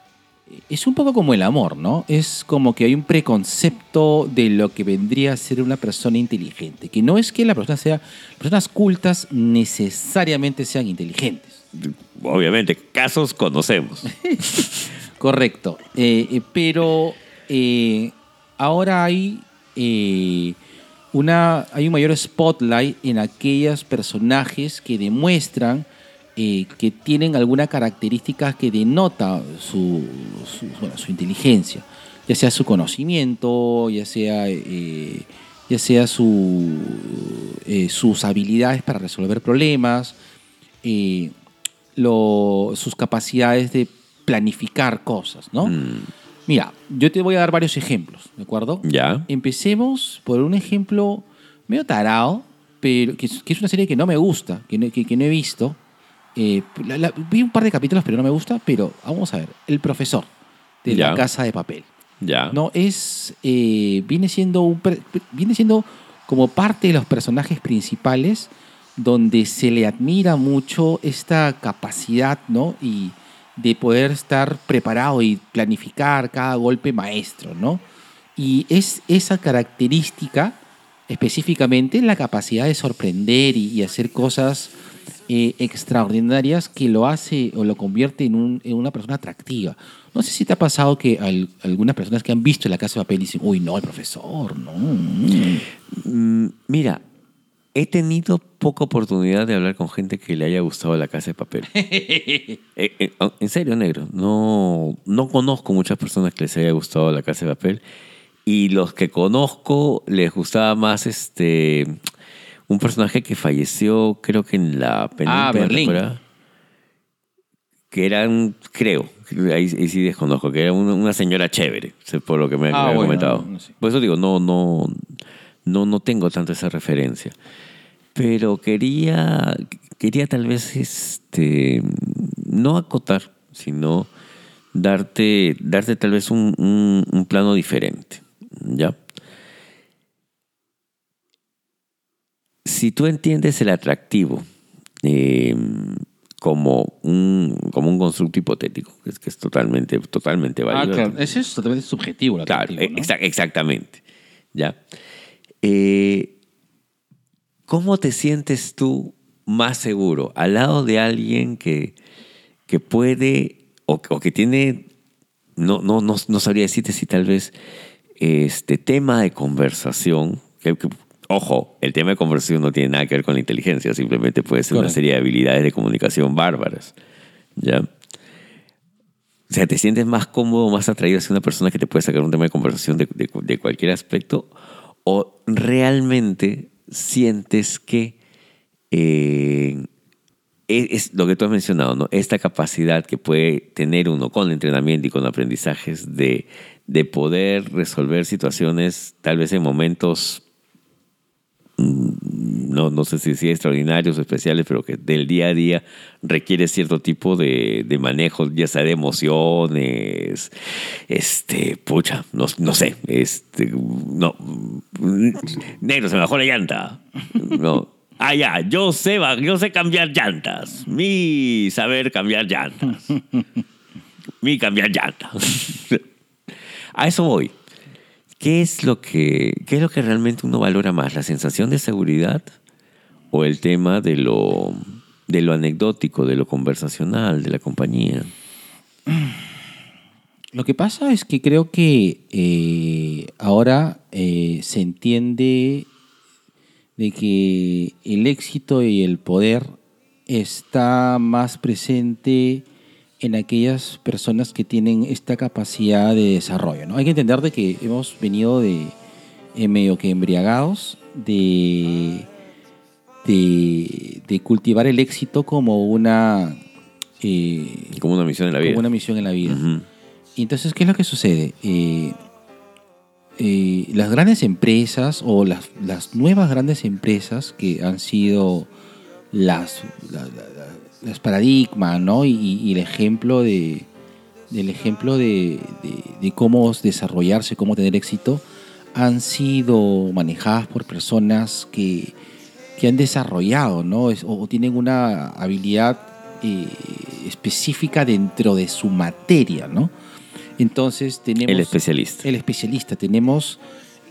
es un poco como el amor, ¿no? Es como que hay un preconcepto de lo que vendría a ser una persona inteligente, que no es que la persona sea personas cultas necesariamente sean inteligentes.
Obviamente, casos conocemos.
Correcto. Eh, eh, pero eh, ahora hay eh, una hay un mayor spotlight en aquellos personajes que demuestran eh, que tienen alguna característica que denota su, su, bueno, su inteligencia, ya sea su conocimiento, ya sea eh, ya sea su, eh, sus habilidades para resolver problemas, eh, lo- sus capacidades de planificar cosas, ¿no?
Mm,
Mira, yo te voy a dar varios ejemplos, ¿de acuerdo?
ya.
Empecemos por un ejemplo medio tarado, pero que es, que es una serie que no me gusta, que no, que, que no he visto. Eh, la- la- vi un par de capítulos, pero no me gusta. Pero vamos a ver, El Profesor de
Ya.
La Casa de Papel.
Ya.
No es eh, viene siendo un per- viene siendo como parte de los personajes principales, donde se le admira mucho esta capacidad, ¿no? Y de poder estar preparado y planificar cada golpe maestro, ¿no? Y es esa característica específicamente la capacidad de sorprender y, y hacer cosas eh, extraordinarias que lo hace o lo convierte en, un- en una persona atractiva. No sé si te ha pasado que al- algunas personas que han visto La Casa de Papel dicen, uy, no, el profesor, no. mm".
Mm, mira, he tenido poca oportunidad de hablar con gente que le haya gustado La Casa de Papel. eh, eh, en serio, negro. No, no conozco muchas personas que les haya gustado La Casa de Papel. Y los que conozco les gustaba más este un personaje que falleció, creo que en la penúltima
Ah, Berlín.
temporada. Que eran, creo, ahí, ahí sí desconozco, que era una, una señora chévere, por lo que me,
Ah,
me había
bueno,
comentado.
no sé.
Por eso digo, no, no, no, no tengo tanto esa referencia. Pero quería, quería tal vez, este, no acotar, sino darte, darte tal vez un, un, un plano diferente, ¿ya? Si tú entiendes el atractivo eh, como, un, como un constructo hipotético, que es, que es totalmente, totalmente
Ah,
válido.
claro. Ese es totalmente subjetivo. el
Claro,
atractivo, ¿no?
exa- exactamente. ¿Ya? Eh, ¿Cómo te sientes tú más seguro? ¿Al lado de alguien que, que puede o, o que tiene, no, no, no, no sabría decirte si tal vez este tema de conversación, que, que, ojo, el tema de conversación no tiene nada que ver con la inteligencia, simplemente puede ser una
Correcto.
serie de habilidades de comunicación bárbaras, ¿ya? O sea, ¿te sientes más cómodo, más atraído hacia una persona que te puede sacar un tema de conversación de, de, de cualquier aspecto? ¿O realmente sientes que eh, es, es lo que tú has mencionado, ¿no? Esta capacidad que puede tener uno con entrenamiento y con aprendizajes de, de poder resolver situaciones tal vez en momentos no, no sé si, si extraordinarios o especiales, pero que del día a día requiere cierto tipo de, de manejo, ya sea de emociones, este, pucha, no, no sé, este, no, negro, se me bajó la llanta, no, ah, ya, yo sé, yo sé cambiar llantas, mi saber cambiar llantas, mi cambiar llantas, a eso voy. ¿Qué es lo que, qué es lo que realmente uno valora más? ¿La sensación de seguridad o el tema de lo, de lo anecdótico, de lo conversacional, de la compañía?
Lo que pasa es que creo que eh, ahora eh, se entiende de que el éxito y el poder está más presente en aquellas personas que tienen esta capacidad de desarrollo, ¿no? Hay que entender de que hemos venido de eh, medio que embriagados de, de, de cultivar el éxito como una eh,
Como una misión en la vida.
como una misión en la vida.
Ujú.
Y entonces, ¿qué es lo que sucede? Eh, eh, las grandes empresas o las, las nuevas grandes empresas que han sido las, la- la- la- las paradigmas, ¿no? Y, y el ejemplo de del ejemplo de, de- de cómo desarrollarse, cómo tener éxito, han sido manejadas por personas que, que han desarrollado, ¿no? Es- o, o tienen una habilidad eh, específica dentro de su materia, ¿no? Entonces tenemos...
El especialista.
El especialista. Tenemos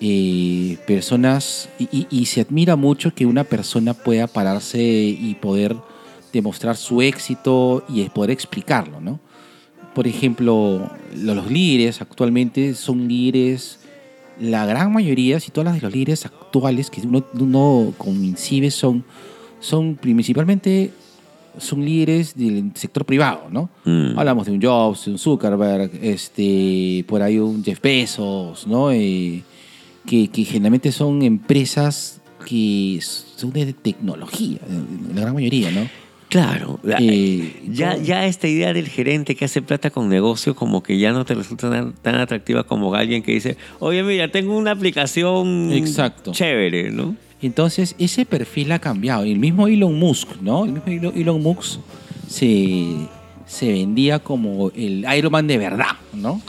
eh, personas y, y- y se admira mucho que una persona pueda pararse y poder demostrar su éxito y es poder explicarlo, ¿no? Por ejemplo, lo- los líderes actualmente son líderes, la gran mayoría, si todas las de los líderes actuales que uno, uno coincide son, son principalmente son líderes del sector privado, ¿no?
Mm.
Hablamos de un Jobs, de un Zuckerberg, este, por ahí un Jeff Bezos, ¿no? Eh, que, que generalmente son empresas que son de tecnología, la gran mayoría, ¿no?
Claro. La-
Eh,
ya,
¿cómo?
ya esta idea del gerente que hace plata con negocio como que ya no te resulta tan, tan atractiva como alguien que dice, oye, mira, tengo una aplicación
Exacto.
chévere, ¿no?
Entonces, ese perfil ha cambiado. El mismo Elon Musk, ¿no? El mismo Elon, Elon Musk se, se vendía como el Iron Man de verdad, ¿no?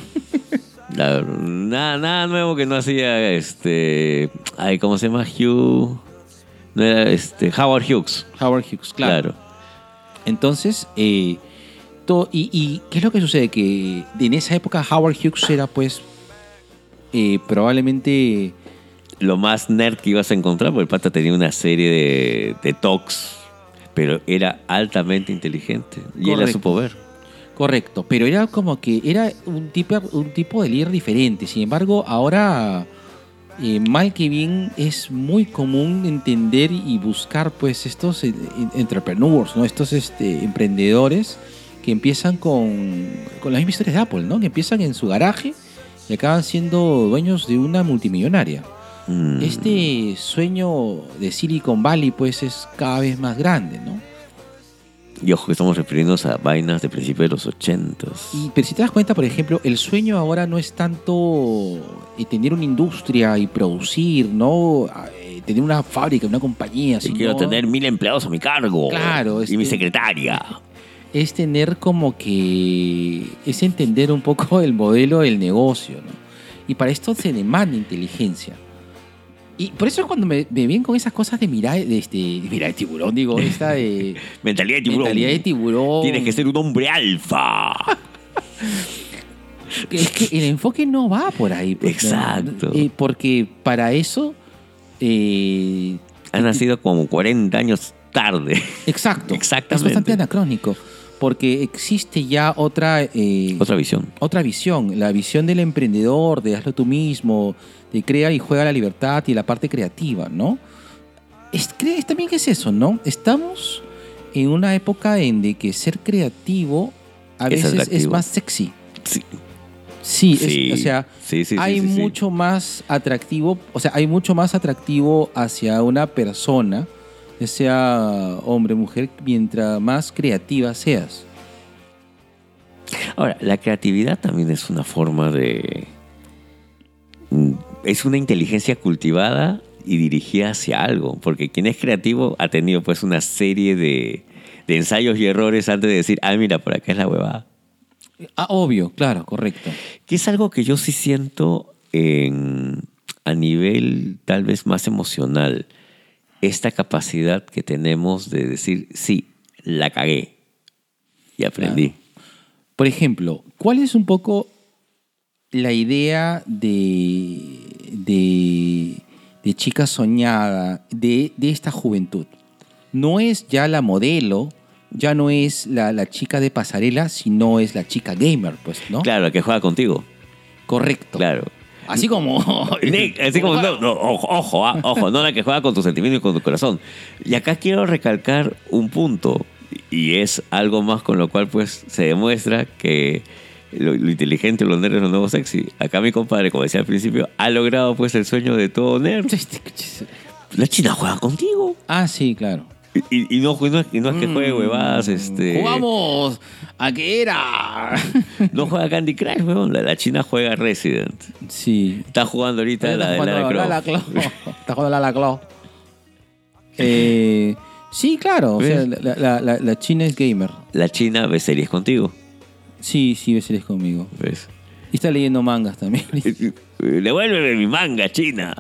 La- nada, nada nuevo que no hacía este. Ay, ¿cómo se llama? Hugh. No era este. Howard Hughes.
Howard Hughes, claro.
Claro.
Entonces, eh, to- y, y ¿qué es lo que sucede? Que en esa época Howard Hughes era, pues, eh, probablemente...
Lo más nerd que ibas a encontrar, porque el pata tenía una serie de, de talks, pero era altamente inteligente. Y él la
Correcto.
supo ver.
Correcto, pero era como que era un tipo, un tipo de líder diferente. Sin embargo, ahora eh, mal que bien es muy común entender y buscar pues estos eh, entrepreneurs, ¿no? Estos este, emprendedores que empiezan con, con las mismas historias de Apple, ¿no? Que empiezan en su garaje y acaban siendo dueños de una multimillonaria.
Mm.
Este sueño de Silicon Valley pues es cada vez más grande, ¿no?
Y ojo que estamos refiriéndonos a vainas de principios de los ochentas.
Y, pero si te das cuenta, por ejemplo, el sueño ahora no es tanto eh, tener una industria y producir, ¿no? Eh, tener una fábrica, una compañía.
Y
sino
quiero tener mil empleados a mi cargo.
Claro,
Y
este-
mi secretaria.
Es tener como que... Es entender un poco el modelo del negocio, ¿no? Y para esto se demanda inteligencia. Y por eso es cuando me, me vienen con esas cosas de mirar de, este, de mirar de tiburón, digo, esta de...
Mentalidad de tiburón.
Mentalidad de tiburón.
Tienes que ser un hombre alfa.
Es que el enfoque no va por ahí. pues,
Exacto.
¿no? Eh, porque para eso... eh,
Ha nacido como cuarenta años tarde.
exacto.
Exactamente.
Es bastante anacrónico. Porque existe ya otra... eh,
Otra visión.
otra visión. La visión del emprendedor, de hazlo tú mismo, de crea y juega la libertad y la parte creativa, ¿no? Es, cre- también que es eso, ¿no? Estamos en una época en de que ser creativo a
Es
veces es
atractivo.
más sexy.
Sí.
Sí, es-
Sí.
o sea,
Sí, sí, sí,
hay
sí, sí.
mucho más atractivo, o sea, hay mucho más atractivo hacia una persona, ya sea hombre o mujer, mientras más creativa seas.
Ahora, la creatividad también es una forma de... mm, Es una inteligencia cultivada y dirigida hacia algo. Porque quien es creativo ha tenido pues una serie de, de ensayos y errores antes de decir, ah, mira, por acá es la huevada.
Ah, obvio, claro, correcto.
Que es algo que yo sí siento en, a nivel tal vez más emocional. Esta capacidad que tenemos de decir, sí, la cagué. Y aprendí.
Por ejemplo, ¿cuál es un poco la idea de, de, de chica soñada de, de esta juventud? No es ya la modelo, ya no es la, la chica de pasarela, sino es la chica gamer, pues, ¿no?
Claro, la que juega contigo.
Correcto.
Claro.
Así como...
Nick, así como, no, no, ojo, ojo, ah, ojo, no la que juega con tus sentimientos y con tu corazón. Y acá quiero recalcar un punto, y es algo más con lo cual pues se demuestra que lo, lo inteligente, lo nerd es lo nuevo sexy. Acá mi compadre, como decía al principio, ha logrado pues el sueño de todo nerd. La china juega contigo.
Ah, sí, claro.
Y, y, no, y, no, es, y no es que juegue huevadas, este...
¡Jugamos! ¿A qué era?
No juega Candy Crush, weón. La, la china juega Resident.
Sí.
Está jugando ahorita
Está
la de
jugando
Lara
Lara
Croft.
Croft. Está jugando Lara Croft. Eh, sí, claro. O sea,
¿Ves?
la, la- la- la china es gamer.
La china ve series contigo.
Sí, sí, ve series conmigo.
¿Ves?
Y está leyendo mangas también.
Devuélveme mi manga, china.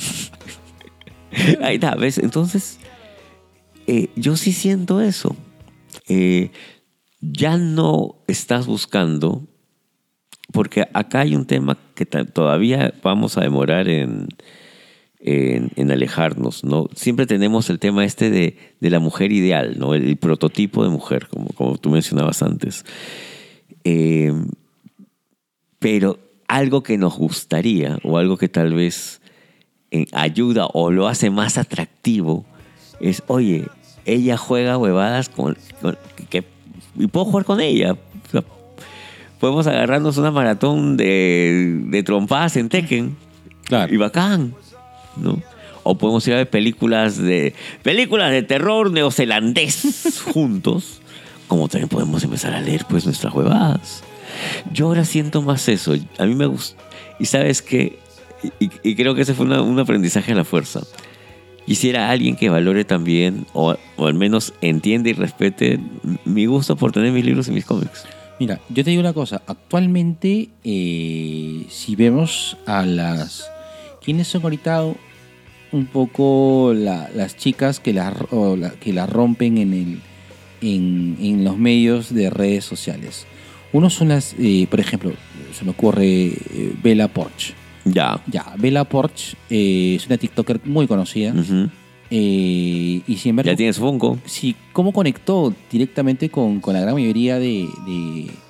Ahí está, ¿ves? Entonces, eh, yo sí siento eso. Eh, ya no estás buscando, porque acá hay un tema que ta- todavía vamos a demorar en, en, en alejarnos, ¿no? Siempre tenemos el tema este de, de la mujer ideal, ¿no? El, el prototipo de mujer, como, como tú mencionabas antes. Eh, pero algo que nos gustaría, o algo que tal vez eh, ayuda o lo hace más atractivo, es, oye, ella juega huevadas con, con- que, y puedo jugar con ella. O sea, podemos agarrarnos una maratón de, de trompadas en Tekken.
Claro.
Y bacán, ¿no? O podemos ir a ver películas de películas de terror neozelandés juntos. Como también podemos empezar a leer pues nuestras huevadas. Yo ahora siento más eso. A mí me gusta. Y sabes qué, y, y creo que ese fue una- un aprendizaje a la fuerza. Quisiera alguien que valore también, o, o al menos entienda y respete mi gusto por tener mis libros y mis cómics.
Mira, yo te digo una cosa. Actualmente, eh, si vemos a las... ¿Quiénes son ahorita un poco la- las chicas que la, o la- que la rompen en, el, en, en los medios de redes sociales? Uno son las, eh, por ejemplo, se me ocurre eh, Bella Poarch.
Ya.
Ya, Bella Poarch eh, es una TikToker muy conocida.
Ujú.
eh, y sin embargo,
Ya tienes Funko.
sí, cómo conectó directamente con, con la gran mayoría de, de,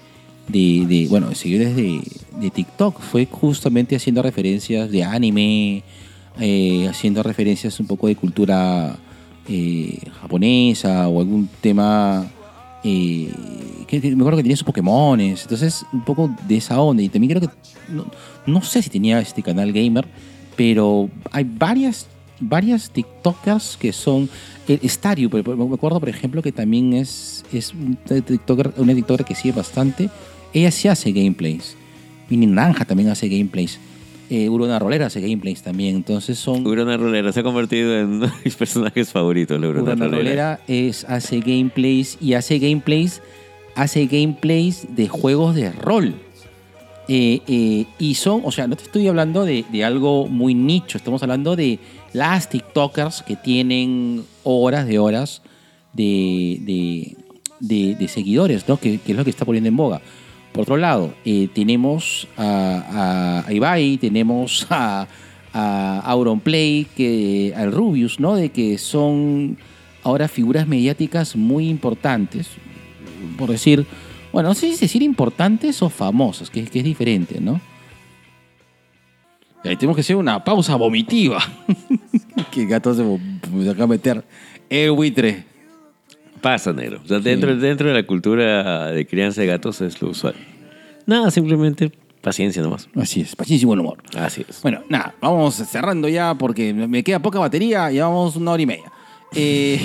de, de bueno, seguidores de, de TikTok. Fue justamente haciendo referencias de anime, eh, haciendo referencias un poco de cultura eh, japonesa o algún tema... Eh, que, que me acuerdo que tenía sus Pokémones, entonces un poco de esa onda. Y también creo que, no, no sé si tenía este canal gamer, pero hay varias, varias TikTokers que son... Eh, Stario, me acuerdo por ejemplo que también es, es una, TikToker, una TikToker que sigue bastante. Ella sí hace gameplays. Mini Naranja también hace gameplays. Eh, Urona Rolera hace gameplays también. Entonces son...
Urona Rolera se ha convertido en uno de mis personajes favoritos. La Urona,
Urona
Rolera,
Rolera es, hace gameplays y hace gameplays, hace gameplays de juegos de rol. Eh, eh, y son, o sea, no te estoy hablando de, de algo muy nicho, estamos hablando de las TikTokers que tienen horas de horas de, de, de, de seguidores, ¿no? Que, que es lo que está poniendo en boga. Por otro lado, eh, tenemos a, a, a Ibai, tenemos a, a Auronplay, que, al Rubius, ¿no? De que son ahora figuras mediáticas muy importantes, por decir, bueno, no sé si decir importantes o famosas, que, que es diferente, ¿no? Y ahí tenemos que hacer una pausa vomitiva. Que el gato se me acaba de meter el buitre.
Pasa, negro. O sea, dentro,
Sí.
dentro de la cultura de crianza de gatos es lo usual. Nada, simplemente paciencia nomás.
Así es, paciencia y buen humor.
Así es.
Bueno, nada, vamos cerrando ya porque me queda poca batería, llevamos una hora y media. Eh...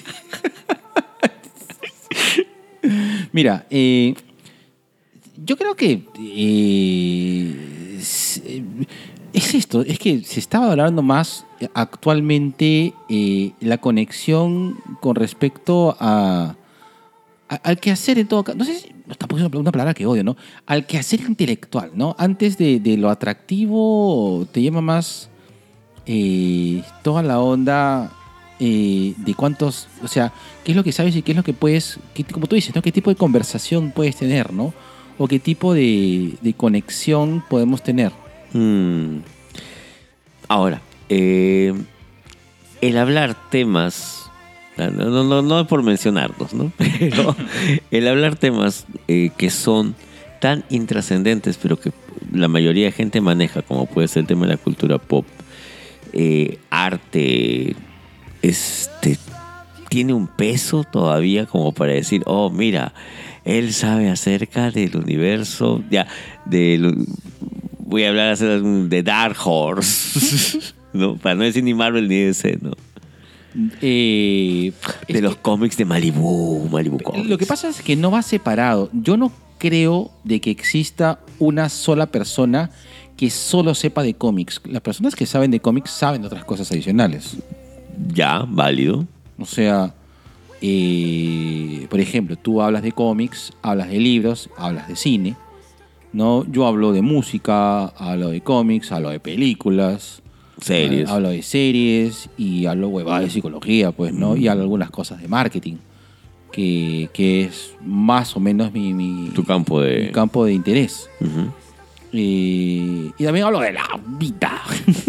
Mira, eh, yo creo que eh, es, es esto, es que se estaba hablando más actualmente eh, la conexión con respecto a, a- al quehacer en todo caso. No sé si, tampoco es una, una palabra que odio, ¿no? Al quehacer intelectual, ¿no? Antes de, de lo atractivo te llama más eh, toda la onda eh, de cuántos, o sea, qué es lo que sabes y qué es lo que puedes, qué, como tú dices, ¿no? ¿Qué tipo de conversación puedes tener, ¿no? O qué tipo de, de conexión podemos tener.
Mm. Ahora, eh, el hablar temas, no, no, no, no por mencionarlos, ¿no? Pero el hablar temas eh, que son tan intrascendentes, pero que la mayoría de gente maneja, como puede ser el tema de la cultura pop, eh, arte, este, tiene un peso todavía como para decir, oh, mira, él sabe acerca del universo, ya, del, voy a hablar acerca de Dark Horse, ¿no? Para no decir ni Marvel ni D C, ¿no?
Eh, es
De los
que-
cómics de Malibu, Malibu Comics.
Lo que pasa es que no va separado. Yo no creo de que exista una sola persona que solo sepa de cómics. Las personas que saben de cómics saben de otras cosas adicionales.
Ya, válido.
O sea, eh, por ejemplo, tú hablas de cómics, hablas de libros, hablas de cine, ¿no? Yo hablo de música, hablo de cómics, hablo de películas,
Series.
hablo de series y hablo huevadas de psicología, pues, ¿no? Y hablo algunas cosas de marketing, que, que es más o menos mi, mi,
Tu campo de...
mi campo de interés.
Ujú.
Eh, y también hablo de la vida.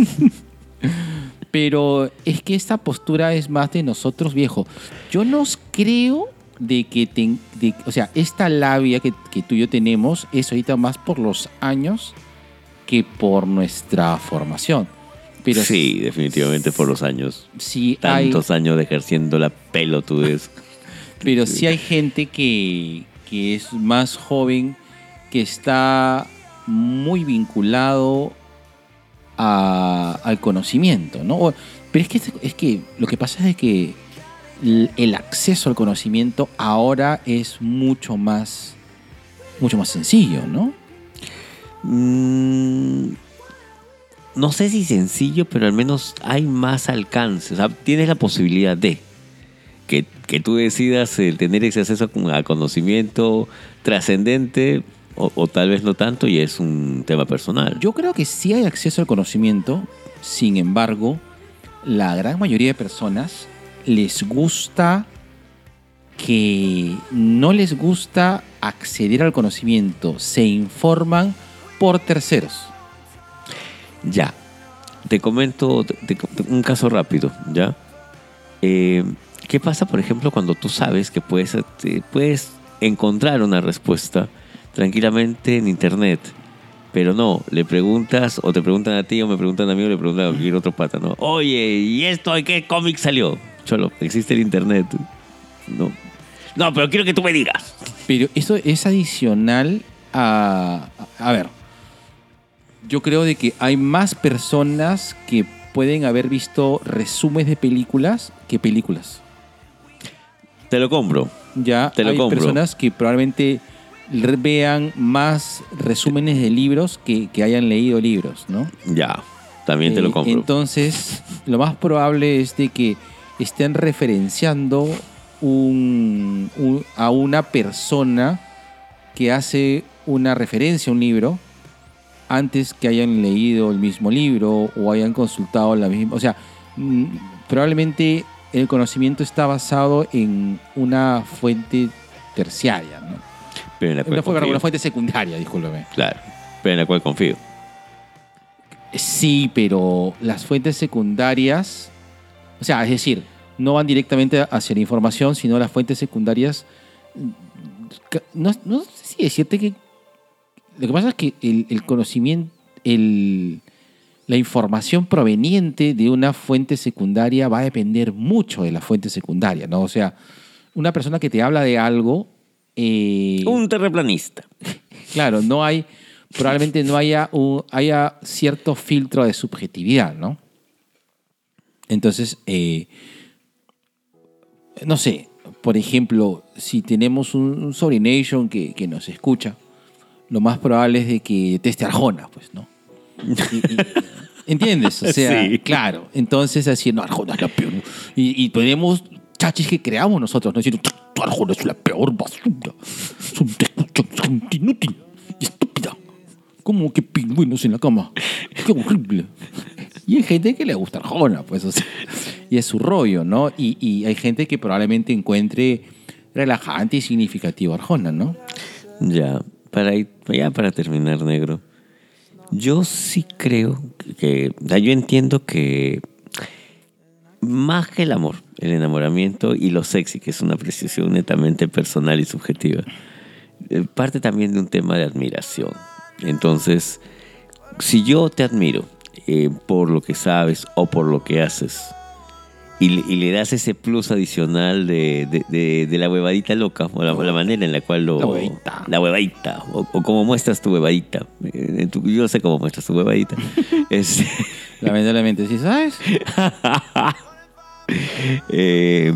Pero es que esta postura es más de nosotros, viejo. Yo no creo de que, ten- de- o sea, esta labia que, que tú y yo tenemos es ahorita más por los años que por nuestra formación. Pero
Sí, definitivamente por los años.
sí hay,
Tantos años de ejerciendo la pelotudez.
pero sí hay gente que, que es más joven, que está muy vinculado a- al conocimiento, ¿no? O- Pero es que, es que lo que pasa es que el, el acceso al conocimiento ahora es mucho más, mucho más sencillo, ¿no?
Mm, no sé si sencillo, pero al menos hay más alcance. O sea, tienes la posibilidad de que, que tú decidas el tener ese acceso a conocimiento trascendente o, o tal vez no tanto y es un tema personal.
Yo creo que sí hay acceso al conocimiento, sin embargo, la gran mayoría de personas les gusta que no les gusta acceder al conocimiento, se informan por terceros.
Ya, te comento te- te- un caso rápido, ¿ya? Eh, ¿Qué pasa, por ejemplo, cuando tú sabes que puedes, te- puedes encontrar una respuesta tranquilamente en internet. Pero no, le preguntas, o te preguntan a ti, o me preguntan a mí, o le preguntan a cualquier otro pata, ¿no? Oye, ¿y esto en qué cómic salió? Cholo, existe el internet. No, no, pero quiero que tú me digas.
Pero eso es adicional a... A ver, yo creo de que hay más personas que pueden haber visto resúmenes de películas que películas.
Te lo compro.
Ya
Te lo
hay
compro.
personas que probablemente vean más resúmenes de libros que, que hayan leído libros, ¿no?
Ya, también te
Eh,
lo compro.
Entonces, lo más probable es de que estén referenciando un, un- a una persona que hace una referencia a un libro antes que hayan leído el mismo libro o hayan consultado la misma... O sea, mm, probablemente el conocimiento está basado en una fuente terciaria, ¿no?
Pero en la cual
Una, fu-
confío.
una fuente secundaria, discúlpeme.
Claro, pero en la cual confío.
Sí, pero las fuentes secundarias, o sea, es decir, no van directamente hacia la información, sino las fuentes secundarias. No, no sé si decirte que. Lo que pasa es que el, el conocimiento, el, la información proveniente de una fuente secundaria va a depender mucho de la fuente secundaria, ¿no? O sea, una persona que te habla de algo. eh,
Un terraplanista.
Claro, no hay, probablemente no haya, un, haya cierto filtro de subjetividad, ¿no? Entonces, eh, no sé, por ejemplo, si tenemos un, un Sobrination que, que nos escucha, lo más probable es de que deteste Arjona, pues, ¿no? Y- y- ¿Entiendes? O sea,
Sí.
claro. Entonces, así, no, Arjona es la peor. Y, y tenemos chachis que creamos nosotros, ¿no? Diciendo, Arjona es la peor basura. Es un gente inútil y estúpida. ¿Cómo que pingüinos en la cama? ¡Qué horrible! Y hay gente que le gusta Arjona, pues, o sea, y es su rollo, ¿no? Y, y hay gente que probablemente encuentre relajante y significativo Arjona, ¿no?
Ya, para, ir- ya para terminar, negro. Yo sí creo que... o sea, yo entiendo que más que el amor, el enamoramiento y lo sexy, que es una apreciación netamente personal y subjetiva, eh, parte también de un tema de admiración. Entonces, si yo te admiro eh, por lo que sabes o por lo que haces y, le- y le das ese plus adicional de, de, de- de la huevadita loca, o la, la manera en la cual lo...
La huevadita.
La huevadita, o, o cómo muestras tu huevadita. Eh, tu- yo sé cómo muestras tu huevadita. Este,
Lamentablemente, ¿sí sabes?
eh,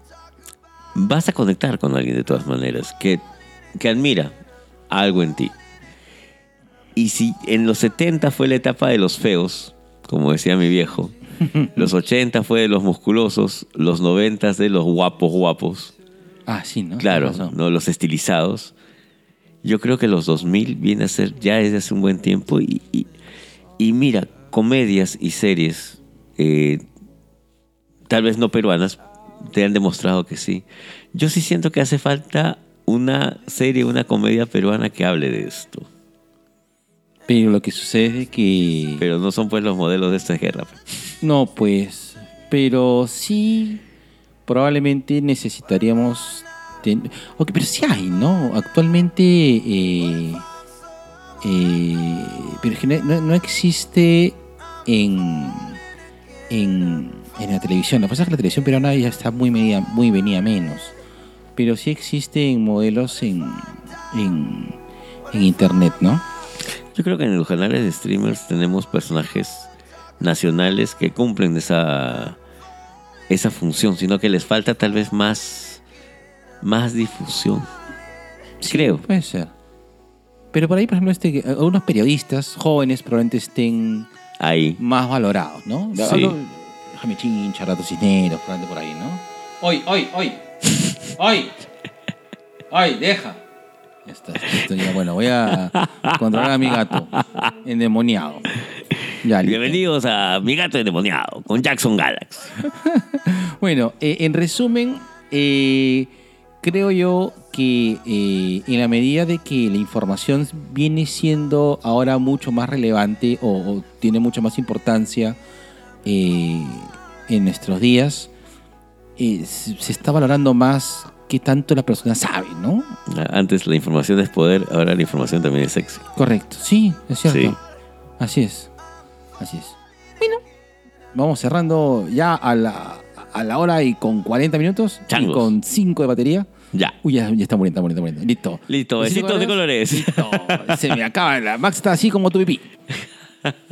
vas a conectar con alguien de todas maneras que, que admira algo en ti. Y si en los setenta fue la etapa de los feos, como decía mi viejo, los ochenta fue de los musculosos, los noventa de los guapos guapos,
Ah, sí, ¿no?
claro,
Tienes razón.
¿no? Los estilizados. Yo creo que los dos mil viene a ser ya desde hace un buen tiempo y, y, y mira, comedias y series, eh, tal vez no peruanas, te han demostrado que sí. Yo sí siento que hace falta una serie, una comedia peruana que hable de esto.
Pero lo que sucede es que...
Pero no son pues los modelos de esta guerra.
No, pues, pero sí, probablemente necesitaríamos... ten- Ok, pero sí hay, ¿no? Actualmente... eh, eh, pero es que no, no- no existe en, en, en la televisión. Lo que pasa es que la televisión peruana ya está muy, media, muy venida menos. Pero sí existen modelos en, en, en internet, ¿no?
Yo creo que en los canales de streamers tenemos personajes nacionales que cumplen esa, esa función, sino que les falta tal vez más, más difusión. Creo.
Puede ser. Pero por ahí, por ejemplo, este, algunos periodistas jóvenes probablemente estén
Ahí.
más valorados, ¿no?
Sí.
Hablo- Déjame Chincha, Rato Cisneros, probablemente por ahí, ¿no? ¡Hoy, hoy, hoy! ¡Hoy! ¡Hoy, deja! Ya está, esto ya, bueno, voy a controlar a mi gato endemoniado. Ya, listo.
Bienvenidos a Mi Gato Endemoniado con Jackson Galax.
Bueno, eh, en resumen, eh, creo yo que eh, en la medida de que la información viene siendo ahora mucho más relevante o, o tiene mucha más importancia eh, en nuestros días, eh, se se está valorando más qué tanto la persona sabe, ¿no?
Antes la información es poder, ahora la información también es sexy.
Correcto, sí, es cierto.
Sí.
Así es, así es. Bueno, vamos cerrando ya a la, a la hora y con cuarenta minutos.
Changos.
Y con cinco de batería.
Ya.
Uy, ya, ya está muriendo, está muriendo, está muriendo. Listo.
Listo, besitos de colores.
Listo. Se me acaba. La Max está así como tu pipí.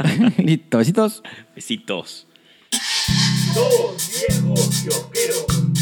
Listo, besitos.
Besitos.
Dos viejos kiosqueros.